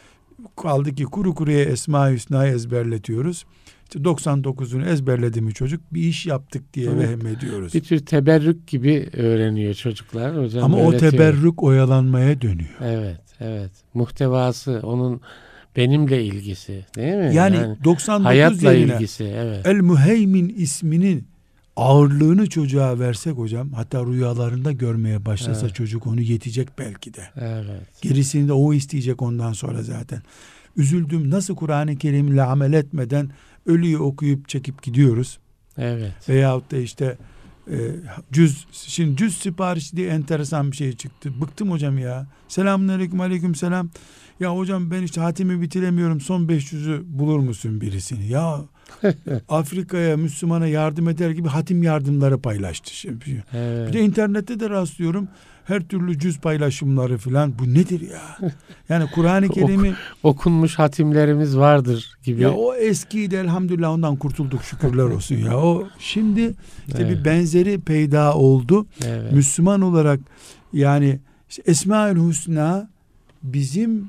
kaldı ki kuru kuruya Esma-ül Hüsna'yı ezberletiyoruz. İşte doksan dokuzunu ezberledi mi çocuk, bir iş yaptık diye Evet. vehem ediyoruz. Bir tür teberrük gibi öğreniyor çocuklar hocam. Ama o öğretiyor. teberrük oyalanmaya dönüyor. Evet, evet. Muhtevası, onun benimle ilgisi, değil mi? Yani, doksan dokuz hayatla yerine ilgisi, evet. El Müheymin isminin ağırlığını çocuğa versek hocam, hatta rüyalarında görmeye başlasa Evet. çocuk, onu yetecek belki de. Evet. Gerisini de o isteyecek ondan sonra zaten. Üzüldüm, nasıl Kur'an-ı Kerim'le amel etmeden ölüyü okuyup çekip gidiyoruz. Evet. Veyahut da işte e, cüz, şimdi cüz siparişi diye enteresan bir şey çıktı. Bıktım hocam ya. Selamünaleyküm, aleyküm selam. Ya hocam ben işte hatimi bitiremiyorum, son beş yüzü bulur musun birisini? Ya Afrika'ya, Müslümana yardım eder gibi hatim yardımları paylaştı. Şimdi. Evet. Bir de internette de rastlıyorum. Her türlü cüz paylaşımları filan. Bu nedir ya? Yani Kur'an-ı Kerim'i okunmuş hatimlerimiz vardır gibi. Ya o eskiydi, elhamdülillah ondan kurtulduk, şükürler olsun ya. O şimdi işte evet. bir benzeri peyda oldu. Evet. Müslüman olarak yani işte Esma-ül Hüsna bizim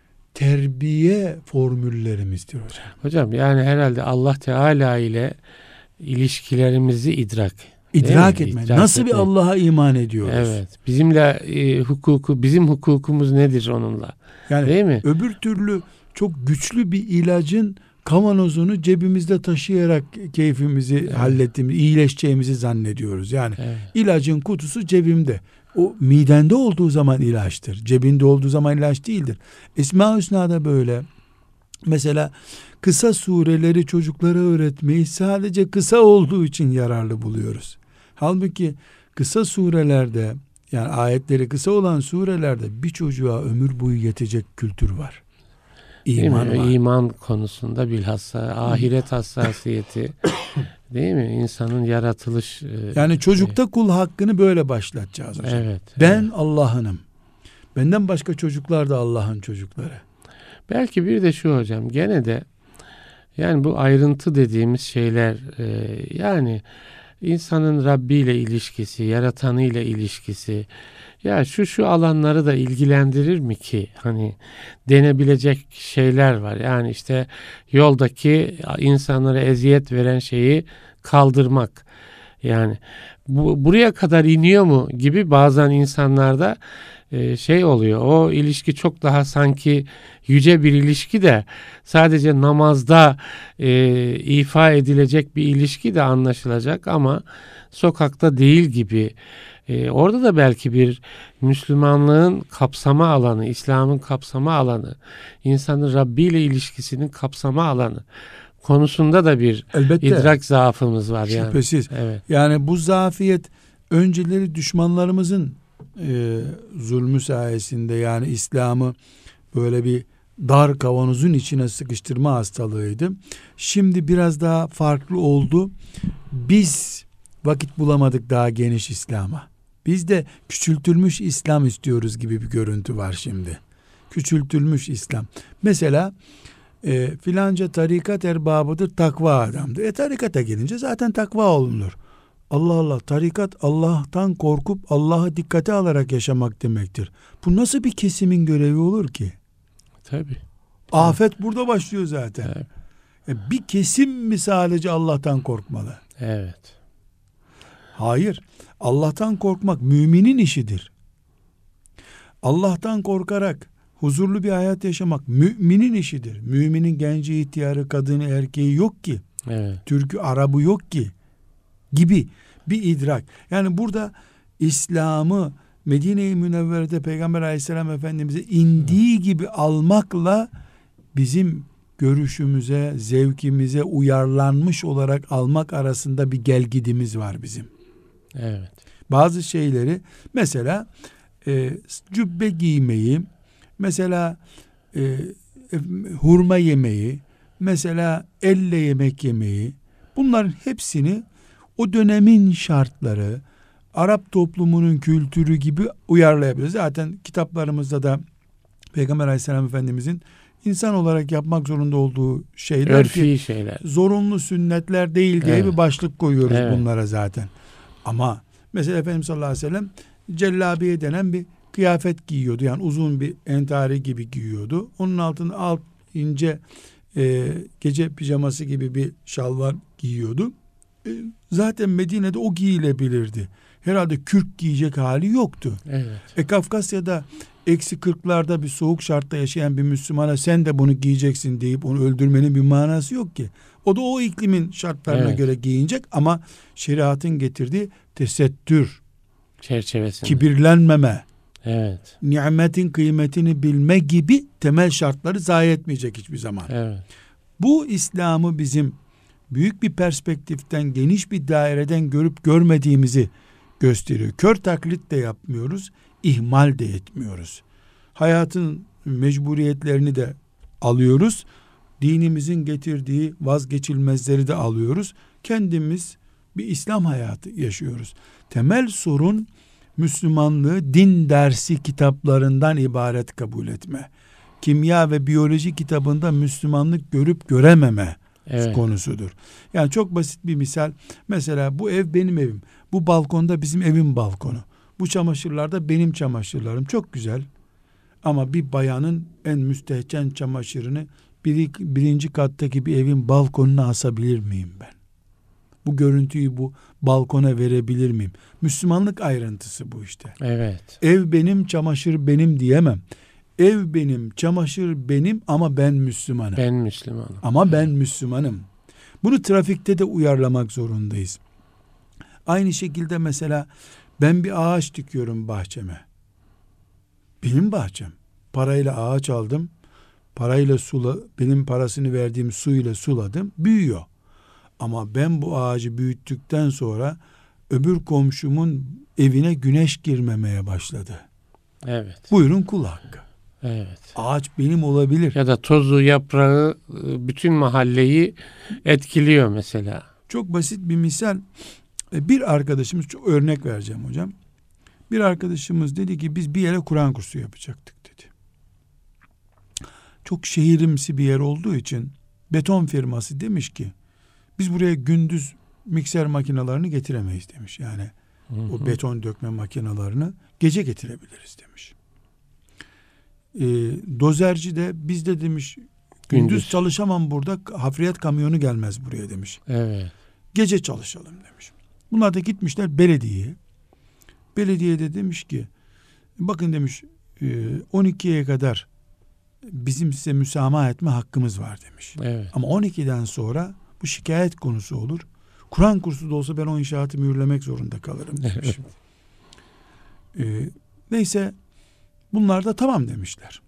terbiye formüllerimizdir hocam. Hocam yani herhalde Allah Teala ile ilişkilerimizi idrak. İdrak etme. İdrak Nasıl etmek. bir Allah'a iman ediyoruz? Evet. Bizimle e, hukuku, bizim hukukumuz nedir onunla? Yani değil mi? Öbür türlü çok güçlü bir ilacın kavanozunu cebimizde taşıyarak keyfimizi evet. hallettiğimiz, iyileşeceğimizi zannediyoruz. Yani evet. ilacın kutusu cebimde. O midende olduğu zaman ilaçtır. Cebinde olduğu zaman ilaç değildir. Esma-ül Hüsna'da böyle. Mesela kısa sureleri çocuklara öğretmeyi sadece kısa olduğu için yararlı buluyoruz. Halbuki kısa surelerde, yani ayetleri kısa olan surelerde bir çocuğa ömür boyu yetecek kültür var. İman var. İman konusunda bilhassa ahiret hassasiyeti değil mi? İnsanın yaratılış. Yani çocukta şey. Kul hakkını böyle başlatacağız hocam. Evet. Ben evet. Allah'ınım. Benden başka çocuklar da Allah'ın çocukları. Belki bir de şu hocam, gene de yani bu ayrıntı dediğimiz şeyler e, yani insanın Rabbi ile ilişkisi, yaratanı ile ilişkisi, ya şu şu alanları da ilgilendirir mi ki? Hani denebilecek şeyler var. Yani işte yoldaki insanlara eziyet veren şeyi kaldırmak. Yani bu buraya kadar iniyor mu gibi bazen insanlarda e, şey oluyor. O ilişki çok daha sanki yüce bir ilişki de sadece namazda e, ifa edilecek bir ilişki de anlaşılacak ama sokakta değil gibi. E, orada da belki bir Müslümanlığın kapsama alanı, İslam'ın kapsama alanı, insanın Rabbi ile ilişkisinin kapsama alanı konusunda da bir Elbette. idrak zaafımız var. Şüphesiz. Yani. Evet. Yani bu zafiyet önceleri düşmanlarımızın e, zulmü sayesinde, yani İslam'ı böyle bir dar kavanozun içine sıkıştırma hastalığıydı. Şimdi biraz daha farklı oldu. Biz vakit bulamadık daha geniş İslam'a. Biz de küçültülmüş İslam istiyoruz gibi bir görüntü var şimdi. Küçültülmüş İslam. Mesela e, filanca tarikat erbabıdır, takva adamdır. E tarikata gelince zaten takva olunur. Allah Allah, tarikat Allah'tan korkup Allah'ı dikkate alarak yaşamak demektir. Bu nasıl bir kesimin görevi olur ki? Tabii. Afet burada başlıyor zaten. Tabii. E, bir kesim mi sadece Allah'tan korkmalı? Evet. Hayır. Allah'tan korkmak müminin işidir. Allah'tan korkarak huzurlu bir hayat yaşamak müminin işidir. Müminin genci, ihtiyarı, kadını, erkeği yok ki. Evet. Türk'ü, Arap'ı yok ki gibi bir idrak. Yani burada İslam'ı Medine-i Münevvere'de Peygamber Aleyhisselam Efendimiz'e indiği gibi almakla bizim görüşümüze, zevkimize uyarlanmış olarak almak arasında bir gelgidimiz var bizim. Evet. Bazı şeyleri mesela e, cübbe giymeyi, mesela e, hurma yemeyi, mesela elle yemek yemeyi, bunların hepsini o dönemin şartları, Arap toplumunun kültürü gibi uyarlayabiliriz. Zaten kitaplarımızda da Peygamber Aleyhisselam Efendimizin insan olarak yapmak zorunda olduğu şeyler, örfi ki şeyler, zorunlu sünnetler değil diye evet. bir başlık koyuyoruz evet. bunlara zaten. Ama mesela Efendimiz sallallahu aleyhi ve sellem cellabiye denen bir kıyafet giyiyordu. Yani uzun bir entari gibi giyiyordu. Onun altına alt ince e, gece pijaması gibi bir şalvar giyiyordu. E, zaten Medine'de o giyilebilirdi. Herhalde kürk giyecek hali yoktu. Evet. E Kafkasya'da eksi kırklarda bir soğuk şartta yaşayan bir Müslümana sen de bunu giyeceksin deyip onu öldürmenin bir manası yok ki. O da o iklimin şartlarına evet. göre giyinecek ama şeriatın getirdiği tesettür, çerçevesinde, kibirlenmeme, evet. nimetin kıymetini bilme gibi temel şartları zayi etmeyecek hiçbir zaman. Evet. Bu İslam'ı bizim büyük bir perspektiften, geniş bir daireden görüp görmediğimizi gösteriyor. Kör taklit de yapmıyoruz, ihmal de etmiyoruz. Hayatın mecburiyetlerini de alıyoruz. Dinimizin getirdiği vazgeçilmezleri de alıyoruz. Kendimiz bir İslam hayatı yaşıyoruz. Temel sorun Müslümanlığı din dersi kitaplarından ibaret kabul etme. Kimya ve biyoloji kitabında Müslümanlık görüp görememe evet. konusudur. Yani çok basit bir misal. Mesela bu ev benim evim. Bu balkonda bizim evin balkonu. Bu çamaşırlar da benim çamaşırlarım. Çok güzel. Ama bir bayanın en müstehcen çamaşırını bir, birinci kattaki bir evin balkonuna asabilir miyim ben? Bu görüntüyü bu balkona verebilir miyim? Müslümanlık ayrıntısı bu işte. Evet. Ev benim, çamaşır benim diyemem. Ev benim, çamaşır benim ama ben Müslümanım. Ben Müslümanım. Ama ben Müslümanım. Bunu trafikte de uyarlamak zorundayız. Aynı şekilde mesela ben bir ağaç dikiyorum bahçeme. Benim bahçem. Parayla ağaç aldım. Parayla sula, benim parasını verdiğim suyla suladım. Büyüyor. Ama ben bu ağacı büyüttükten sonra öbür komşumun evine güneş girmemeye başladı. Evet. Buyurun kul hakkı. Evet. Ağaç benim olabilir. Ya da tozu, yaprağı bütün mahalleyi etkiliyor mesela. Çok basit bir misal. Bir arkadaşımız, çok örnek vereceğim hocam. Bir arkadaşımız dedi ki biz bir yere Kur'an kursu yapacaktık dedi. Çok şehirimsi bir yer olduğu için beton firması demiş ki biz buraya gündüz mikser makinalarını getiremeyiz demiş. Yani hı hı. o beton dökme makinalarını gece getirebiliriz demiş. E, dozerci de biz de demiş gündüz, gündüz çalışamam burada, hafriyat kamyonu gelmez buraya demiş. Evet. Gece çalışalım demiş. Bunlar da gitmişler belediyeye. Belediye de demiş ki bakın demiş on ikiye kadar bizim size müsamaha etme hakkımız var demiş. Evet. Ama on ikiden sonra bu şikayet konusu olur. Kur'an kursu da olsa ben o inşaatı mühürlemek zorunda kalırım demiş. ee, neyse bunlar da tamam demişler.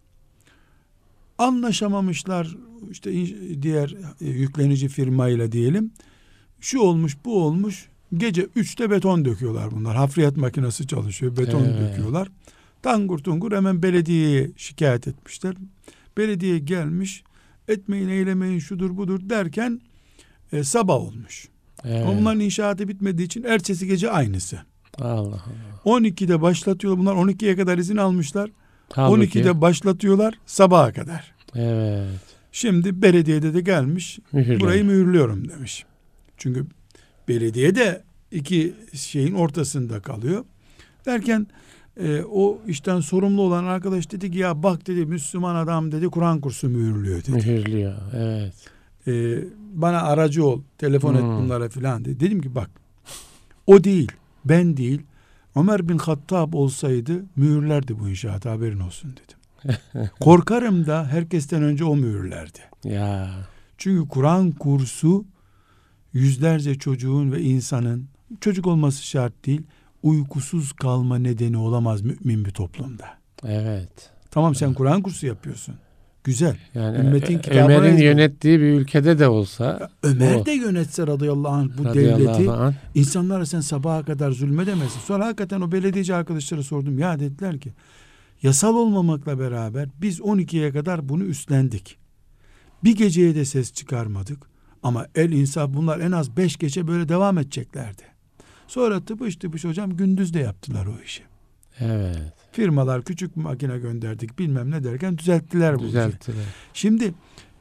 Anlaşamamışlar işte diğer yüklenici firmayla diyelim. Şu olmuş bu olmuş. Gece üçte beton döküyorlar bunlar. Hafriyat makinesi çalışıyor. Beton evet. döküyorlar. Tangur tungur hemen belediyeye şikayet etmişler. Belediye gelmiş. Etmeyin eylemeyin şudur budur derken e, sabah olmuş. Evet. Onların inşaatı bitmediği için ertesi gece aynısı. Allah Allah. on ikide başlatıyorlar. Bunlar on ikiye kadar izin almışlar. Halbuki. on ikide başlatıyorlar sabaha kadar. Evet. Şimdi belediyede de gelmiş. Mühürler. Burayı mühürlüyorum demiş. Çünkü belediye de iki şeyin ortasında kalıyor. Derken e, o işten sorumlu olan arkadaş dedi ki ya bak dedi Müslüman adam dedi Kur'an kursu mühürlüyor dedi. Mühürlüyor evet. E, bana aracı ol telefon hmm. et bunlara filan dedi. Dedim ki bak o değil ben değil Ömer bin Hattab olsaydı mühürlerdi bu inşaatı haberin olsun dedim. Korkarım da herkesten önce o mühürlerdi. Ya. Çünkü Kur'an kursu yüzlerce çocuğun ve insanın çocuk olması şart değil uykusuz kalma nedeni olamaz mümin bir toplumda. Evet. Tamam sen evet. Kur'an kursu yapıyorsun. Güzel. Yani Ümmetin Ömer'in yönettiği bir ülkede de olsa. Ömer o, de yönetse radıyallahu anh bu radıyallahu devleti anh. İnsanlara sen sabaha kadar zulmedemezsin. Sonra hakikaten o belediyeci arkadaşlara sordum. Ya dediler ki yasal olmamakla beraber biz on ikiye kadar bunu üstlendik. Bir geceye de ses çıkarmadık. Ama el insaf bunlar en az beş gece böyle devam edeceklerdi. Sonra tıpış tıpış hocam gündüz de yaptılar o işi. Evet. Firmalar küçük makine gönderdik bilmem ne derken düzelttiler bu Düzelttiler. işi. Şimdi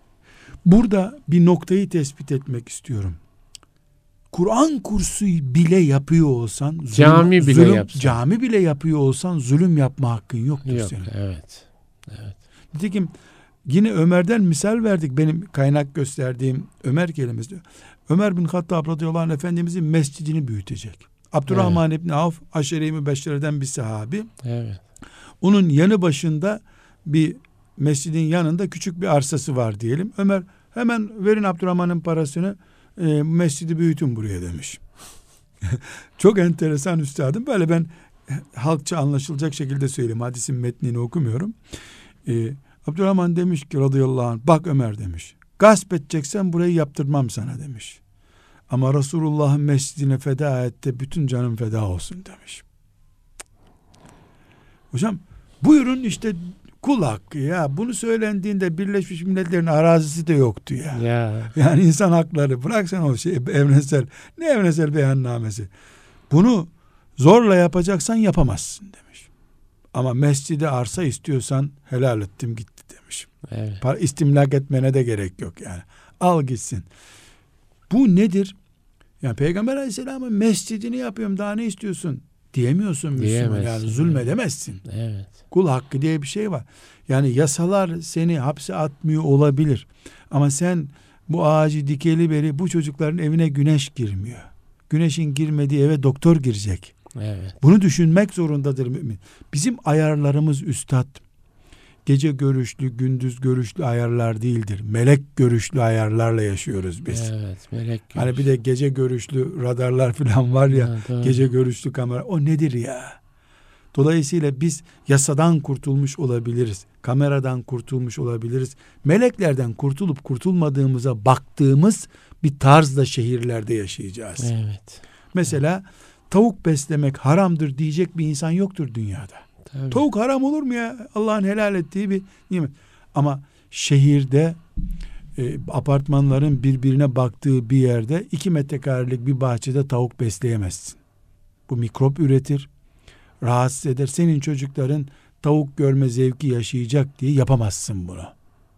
burada bir noktayı tespit etmek istiyorum. Kur'an kursu bile yapıyor olsan zulüm, cami bile zulüm, yapsan. Cami bile yapıyor olsan zulüm yapma hakkın yoktur Yok, senin. Evet. Evet. Nitekim yine Ömer'den misal verdik. Benim kaynak gösterdiğim Ömer kelimesi. Ömer bin Hattab radıyallahu anh Efendimizin mescidini büyütecek. Abdurrahman evet. İbni Avf Aşere-i Mübeşşere'den bir sahabi. Evet. Onun yanı başında bir mescidin yanında küçük bir arsası var diyelim. Ömer hemen verin Abdurrahman'ın parasını e, mescidi büyütün buraya demiş. Çok enteresan üstadım. Böyle ben halkça anlaşılacak şekilde söyleyeyim. Hadisin metnini okumuyorum. E, Abdurrahman demiş ki radıyallahu anh bak Ömer demiş. Gasp edeceksen burayı yaptırmam sana demiş. Ama Resulullah'ın mescidine feda et de bütün canım feda olsun demiş. Hocam buyurun işte kul hakkı ya. Bunu söylendiğinde Birleşmiş Milletler'in arazisi de yoktu ya. Ya. Yani insan hakları bıraksan o şey evrensel. Ne evrensel beyannamesi. Bunu zorla yapacaksan yapamazsın demiş. Ama mescide arsa istiyorsan helal ettim gitti demiş. Evet. Para istimlak etmene de gerek yok yani. Al gitsin. Bu nedir? Yani Peygamber Aleyhisselam'ın mescidini yapıyorum daha ne istiyorsun diyemiyorsun Müslüman. Yani zulmedemezsin. Evet. Kul hakkı diye bir şey var. Yani yasalar seni hapse atmıyor olabilir. Ama sen bu ağacı dikeli beri bu çocukların evine güneş girmiyor. Güneşin girmediği eve doktor girecek. Evet. Bunu düşünmek zorundadır mümin. Bizim ayarlarımız üstad, gece görüşlü, gündüz görüşlü ayarlar değildir. Melek görüşlü ayarlarla yaşıyoruz biz. Evet, melek görüşlü. Hani bir de gece görüşlü radarlar falan var ya, Ha, gece görüşlü kamera. O nedir ya? Dolayısıyla biz yasadan kurtulmuş olabiliriz. Kameradan kurtulmuş olabiliriz. Meleklerden kurtulup kurtulmadığımıza baktığımız bir tarzda şehirlerde yaşayacağız. Evet. Mesela tavuk beslemek haramdır diyecek bir insan yoktur dünyada. Tabii. Tavuk haram olur mu ya? Allah'ın helal ettiği bir nimet. Ama şehirde e, apartmanların birbirine baktığı bir yerde iki metrekarelik bir bahçede tavuk besleyemezsin. Bu mikrop üretir, rahatsız eder. Senin çocukların tavuk görme zevki yaşayacak diye yapamazsın bunu.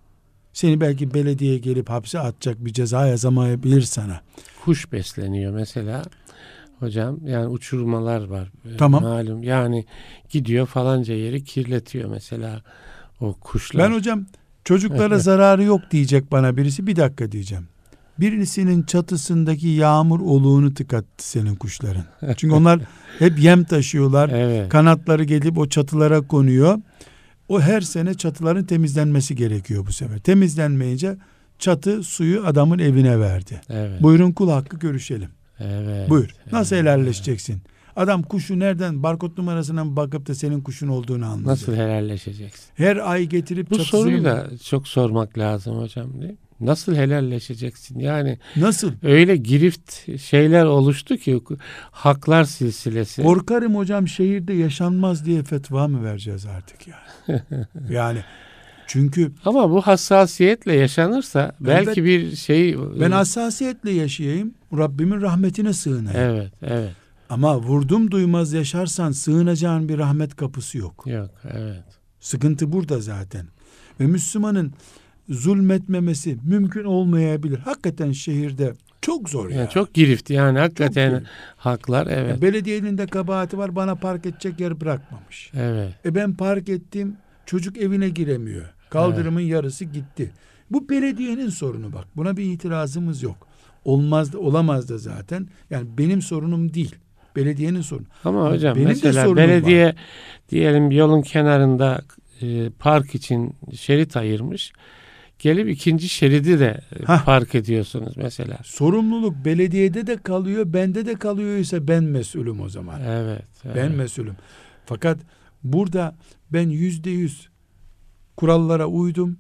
Seni belki belediye gelip hapse atacak bir ceza yazamayabilir sana. Kuş besleniyor mesela. Hocam yani uçurmalar var. Tamam. Malum yani gidiyor falanca yeri kirletiyor mesela o kuşlar. Ben hocam çocuklara zararı yok diyecek bana birisi. Bir dakika diyeceğim. Birisinin çatısındaki yağmur oluğunu tıkattı senin kuşların. Çünkü onlar hep yem taşıyorlar. Evet. Kanatları gelip o çatılara konuyor. O her sene çatıların temizlenmesi gerekiyor bu sefer. Temizlenmeyince çatı suyu adamın evine verdi. Evet. Buyurun kul hakkı görüşelim. Evet. Buyur. Nasıl evet. helalleşeceksin? Adam kuşu nereden barkod numarasından bakıp da senin kuşun olduğunu anlayacak. Nasıl helalleşeceksin? Her ay getirip Bu çatısını... soruyu da çok sormak lazım hocam değil mi? Nasıl helalleşeceksin? Yani Nasıl? öyle girift şeyler oluştu ki haklar silsilesi. Korkarım hocam şehirde yaşanmaz diye fetva mı vereceğiz artık yani? Yani çünkü ama bu hassasiyetle yaşanırsa belki evet, bir şey ben hassasiyetle yaşayayım, Rabbimin rahmetine sığınayım. Evet, evet. Ama vurdum duymaz yaşarsan sığınacağın bir rahmet kapısı yok. Yok, evet. Sıkıntı burada zaten. Ve Müslümanın zulmetmemesi mümkün olmayabilir. Hakikaten şehirde çok zor yani ya. çok girift yani hakikaten Çok haklar evet. Ya belediyenin de kabahati var, bana park edecek yer bırakmamış. Evet. E ben park ettim, çocuk evine giremiyor. Kaldırımın evet. yarısı gitti. Bu belediyenin sorunu bak. Buna bir itirazımız yok. Olmaz da olamaz da zaten. Yani benim sorunum değil. Belediyenin sorunu. Ama hocam benim mesela belediye var. Diyelim yolun kenarında e, park için şerit ayırmış. Gelip ikinci şeridi de Hah. park ediyorsunuz mesela. Sorumluluk belediyede de kalıyor, bende de kalıyorsa ben mesulüm o zaman. Evet. evet. Ben mesulüm. Fakat burada ben yüzde yüz kurallara uydum.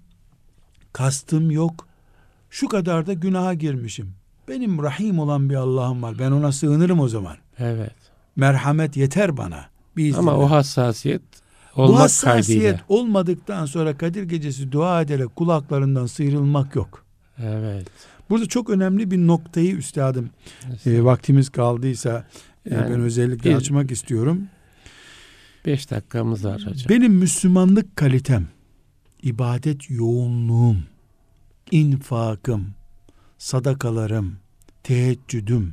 Kastım yok. Şu kadar da günaha girmişim. Benim rahim olan bir Allah'ım var. Ben ona sığınırım o zaman. Evet. Merhamet yeter bana. Ama o hassasiyet olmak Bu hassasiyet kaydıyla. olmadıktan sonra Kadir Gecesi dua ederek kulaklarından sıyrılmak yok. Evet. Burada çok önemli bir noktayı üstadım e, vaktimiz kaldıysa yani e, ben özellikle bir, açmak istiyorum. Beş dakikamız var hocam. Benim Müslümanlık kalitem, ibadet yoğunluğum, infakım, sadakalarım, teheccüdüm,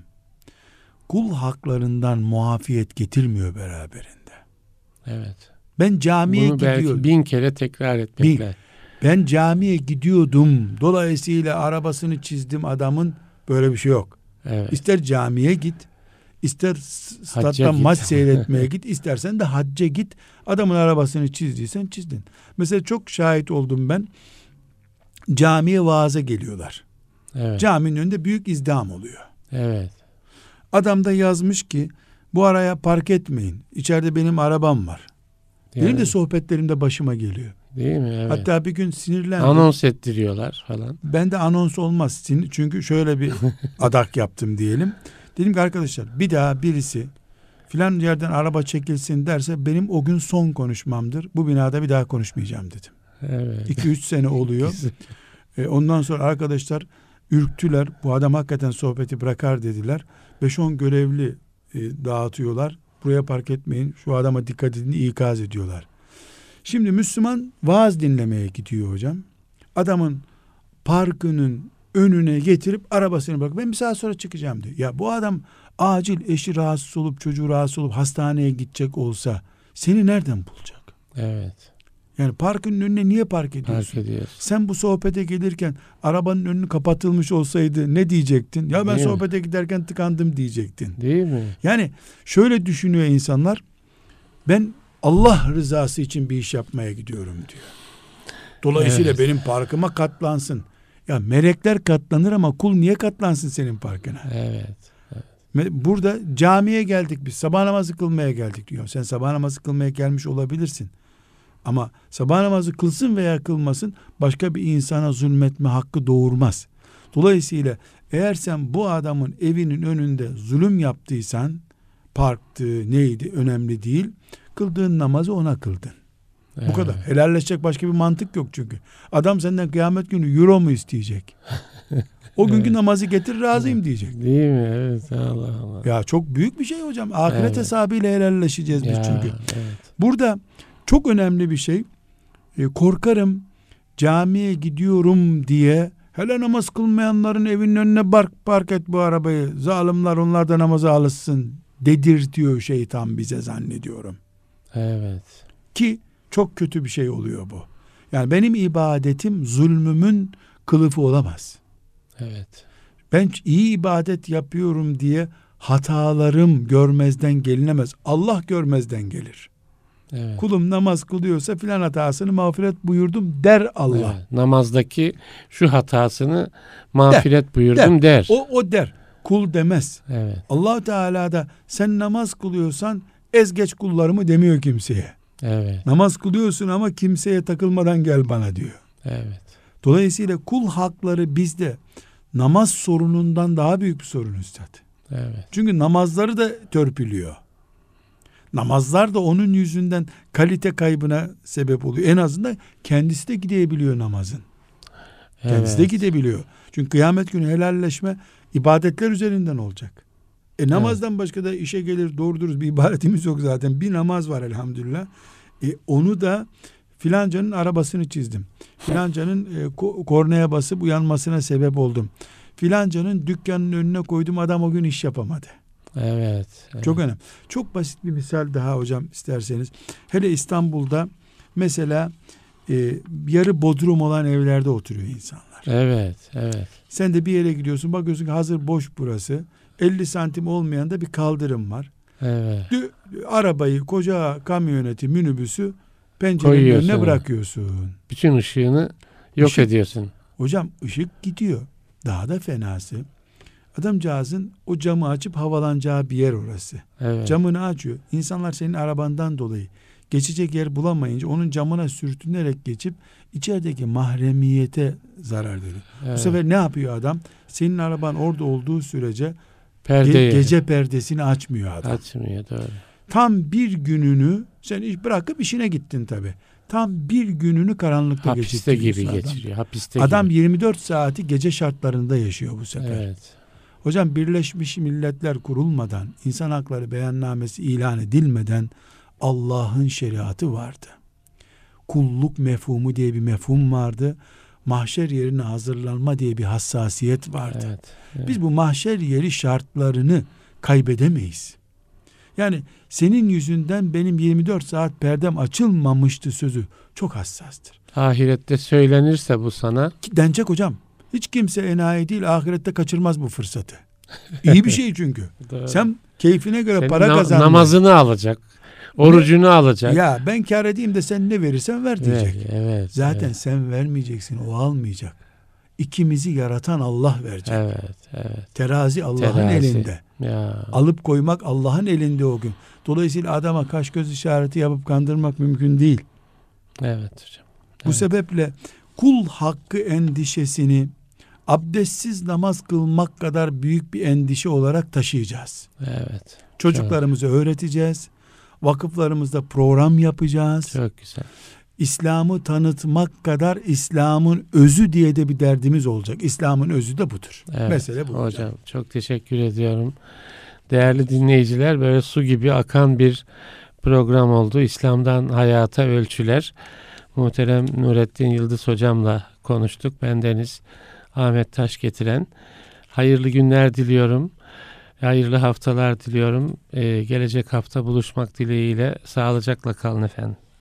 kul haklarından muafiyet getirmiyor beraberinde. Evet. Ben camiye Bunu belki gidiyorum. bin kere tekrar etmekle. Bin. Ben camiye gidiyordum. Dolayısıyla arabasını çizdim adamın. Böyle bir şey yok. Evet. İster camiye git, ister statta maç seyretmeye git, istersen de hacca git. Adamın arabasını çizdiysen çizdin. Mesela çok şahit oldum ben. Camiye vaaza geliyorlar. Evet. Caminin önünde büyük izdiham oluyor. Evet. Adam da yazmış ki bu araya park etmeyin. İçeride benim arabam var. Yani, benim de sohbetlerimde başıma geliyor. Değil mi? Evet. Hatta bir gün sinirlendim. Anons ettiriyorlar falan. Ben de anons olmaz. Çünkü şöyle bir adak yaptım diyelim. Dedim ki arkadaşlar, bir daha birisi filan yerden araba çekilsin derse benim o gün son konuşmamdır. Bu binada bir daha konuşmayacağım dedim. Evet. iki üç sene oluyor. e, ondan sonra arkadaşlar ürktüler. Bu adam hakikaten sohbeti bırakar dediler. beş on görevli e, dağıtıyorlar. Buraya park etmeyin. Şu adama dikkat edin, ikaz ediyorlar. Şimdi Müslüman vaaz dinlemeye gidiyor hocam. Adamın parkının önüne getirip arabasını bırak. Ben bir saat sonra çıkacağım diyor. Ya bu adam acil eşi rahatsız olup çocuğu rahatsız olup hastaneye gidecek olsa seni nereden bulacak? Evet. Yani parkın önüne niye park ediyorsun? Park ediyorsun. Sen bu sohbete gelirken arabanın önünü kapatılmış olsaydı ne diyecektin? Ya ben Değil sohbete mi? giderken tıkandım diyecektin. Değil mi? Yani şöyle düşünüyor insanlar. Ben Allah rızası için bir iş yapmaya gidiyorum diyor. Dolayısıyla Evet. benim parkıma katlansın. Ya melekler katlanır ama kul niye katlansın senin parkına? Evet. Burada camiye geldik biz. Sabah namazı kılmaya geldik diyor. Sen sabah namazı kılmaya gelmiş olabilirsin. Ama sabah namazı kılsın veya kılmasın başka bir insana zulmetme hakkı doğurmaz. Dolayısıyla eğer sen bu adamın evinin önünde zulüm yaptıysan, parktı neydi önemli değil. Kıldığın namazı ona kıldın. Evet. Bu kadar. Helalleşecek başka bir mantık yok çünkü. Adam senden kıyamet günü euro mu isteyecek? O günkü Evet. namazı getir razıyım diyecek. Değil mi? Evet. Allah Allah. Ya çok büyük bir şey hocam. Ahiret Evet. hesabıyla helalleşeceğiz biz Ya, çünkü. evet. Burada çok önemli bir şey. E, korkarım camiye gidiyorum diye hele namaz kılmayanların evinin önüne park, park et bu arabayı. Zalimler onlar da namaza alışsın dedirtiyor şeytan bize zannediyorum. Evet. Ki çok kötü bir şey oluyor bu. Yani benim ibadetim zulmümün kılıfı olamaz. Evet. Ben iyi ibadet yapıyorum diye hatalarım görmezden gelinemez. Allah görmezden gelir. Evet. Kulum namaz kılıyorsa filan hatasını mağfiret buyurdum der Allah. Evet. Namazdaki şu hatasını mağfiret buyurdum der. O o der. Kul demez. Evet. Allah Teala da sen namaz kılıyorsan ez geç kullarımı demiyor kimseye. Evet. Namaz kılıyorsun ama kimseye takılmadan gel bana diyor. Evet. Dolayısıyla kul hakları bizde namaz sorunundan daha büyük bir sorun üstad. Evet. Çünkü namazları da törpülüyor. Namazlar da onun yüzünden kalite kaybına sebep oluyor. En azından kendisi de gidebiliyor namazın. Kendisi de Evet. gidebiliyor. Çünkü kıyamet günü helalleşme ibadetler üzerinden olacak. E namazdan başka da işe gelir doğru dürüst bir ibadetimiz yok zaten. Bir namaz var elhamdülillah. E onu da filancanın arabasını çizdim. Filancanın e, ko- kornaya basıp uyanmasına sebep oldum. Filancanın dükkanın önüne koydum adam o gün iş yapamadı. Evet. Evet. Çok önemli. Çok basit bir misal daha hocam isterseniz. Hele İstanbul'da mesela e, yarı bodrum olan evlerde oturuyor insanlar. Evet. Evet. Sen de bir yere gidiyorsun bakıyorsun ki hazır boş burası. elli santim olmayan da bir kaldırım var. Evet. Dü, arabayı koca kamyoneti minibüsü pencerenin Koyuyorsun. önüne bırakıyorsun. Bütün ışığını yok Işık- ediyorsun. Hocam ışık gidiyor. Daha da fenası. Adamcağızın o camı açıp havalanacağı bir yer orası. Evet. Camını açıyor. İnsanlar senin arabandan dolayı geçecek yer bulamayınca onun camına sürtünerek geçip içerideki mahremiyete zarar veriyor. Evet. Bu sefer ne yapıyor adam? Senin araban orada olduğu sürece ge- Perdeyi gece perdesini açmıyor adam. açmıyor, doğru. Tam bir gününü sen iş bırakıp işine gittin tabi. Tam bir gününü karanlıkta Hapiste geçiriyorsun gibi adam. geçiriyor. Hapiste Adam gibi. yirmi dört saati gece şartlarında yaşıyor bu sefer. Evet. Hocam Birleşmiş Milletler kurulmadan, insan hakları beyannamesi ilan edilmeden Allah'ın şeriatı vardı. Kulluk mefhumu diye bir mefhum vardı. Mahşer yerine hazırlanma diye bir hassasiyet vardı. Evet. Evet. Biz bu mahşer yeri şartlarını kaybedemeyiz. Yani senin yüzünden benim yirmi dört saat perdem açılmamıştı sözü çok hassastır. Ahirette söylenirse bu sana, Ki denecek hocam. Hiç kimse enayi değil, ahirette kaçırmaz bu fırsatı. İyi bir şey çünkü. doğru. Sen keyfine göre Senin para na- kazan. namazını alacak. Orucunu alacak. Ya ben kar edeyim de sen ne verirsen ver diyecek. Evet, evet. Zaten evet. sen vermeyeceksin, o almayacak. İkimizi yaratan Allah verecek. Evet, evet. Terazi Allah'ın Terazi. elinde. Ya. Alıp koymak Allah'ın elinde o gün. Dolayısıyla adama kaş göz işareti yapıp kandırmak mümkün değil. Evet hocam. Bu evet. sebeple kul hakkı endişesini abdestsiz namaz kılmak kadar büyük bir endişe olarak taşıyacağız. Evet. Çocuklarımıza çok öğreteceğiz. Vakıflarımızda program yapacağız. Çok güzel. İslam'ı tanıtmak kadar İslam'ın özü diye de bir derdimiz olacak. İslam'ın özü de budur. Evet, mesele bu. Hocam, hocam çok teşekkür ediyorum. Değerli dinleyiciler, böyle su gibi akan bir program oldu. İslam'dan hayata ölçüler. Muhterem Nurettin Yıldız hocamla konuştuk. Bendeniz Ahmet Taş getiren. Hayırlı günler diliyorum. Hayırlı haftalar diliyorum. Ee, gelecek hafta buluşmak dileğiyle sağlıcakla kalın efendim.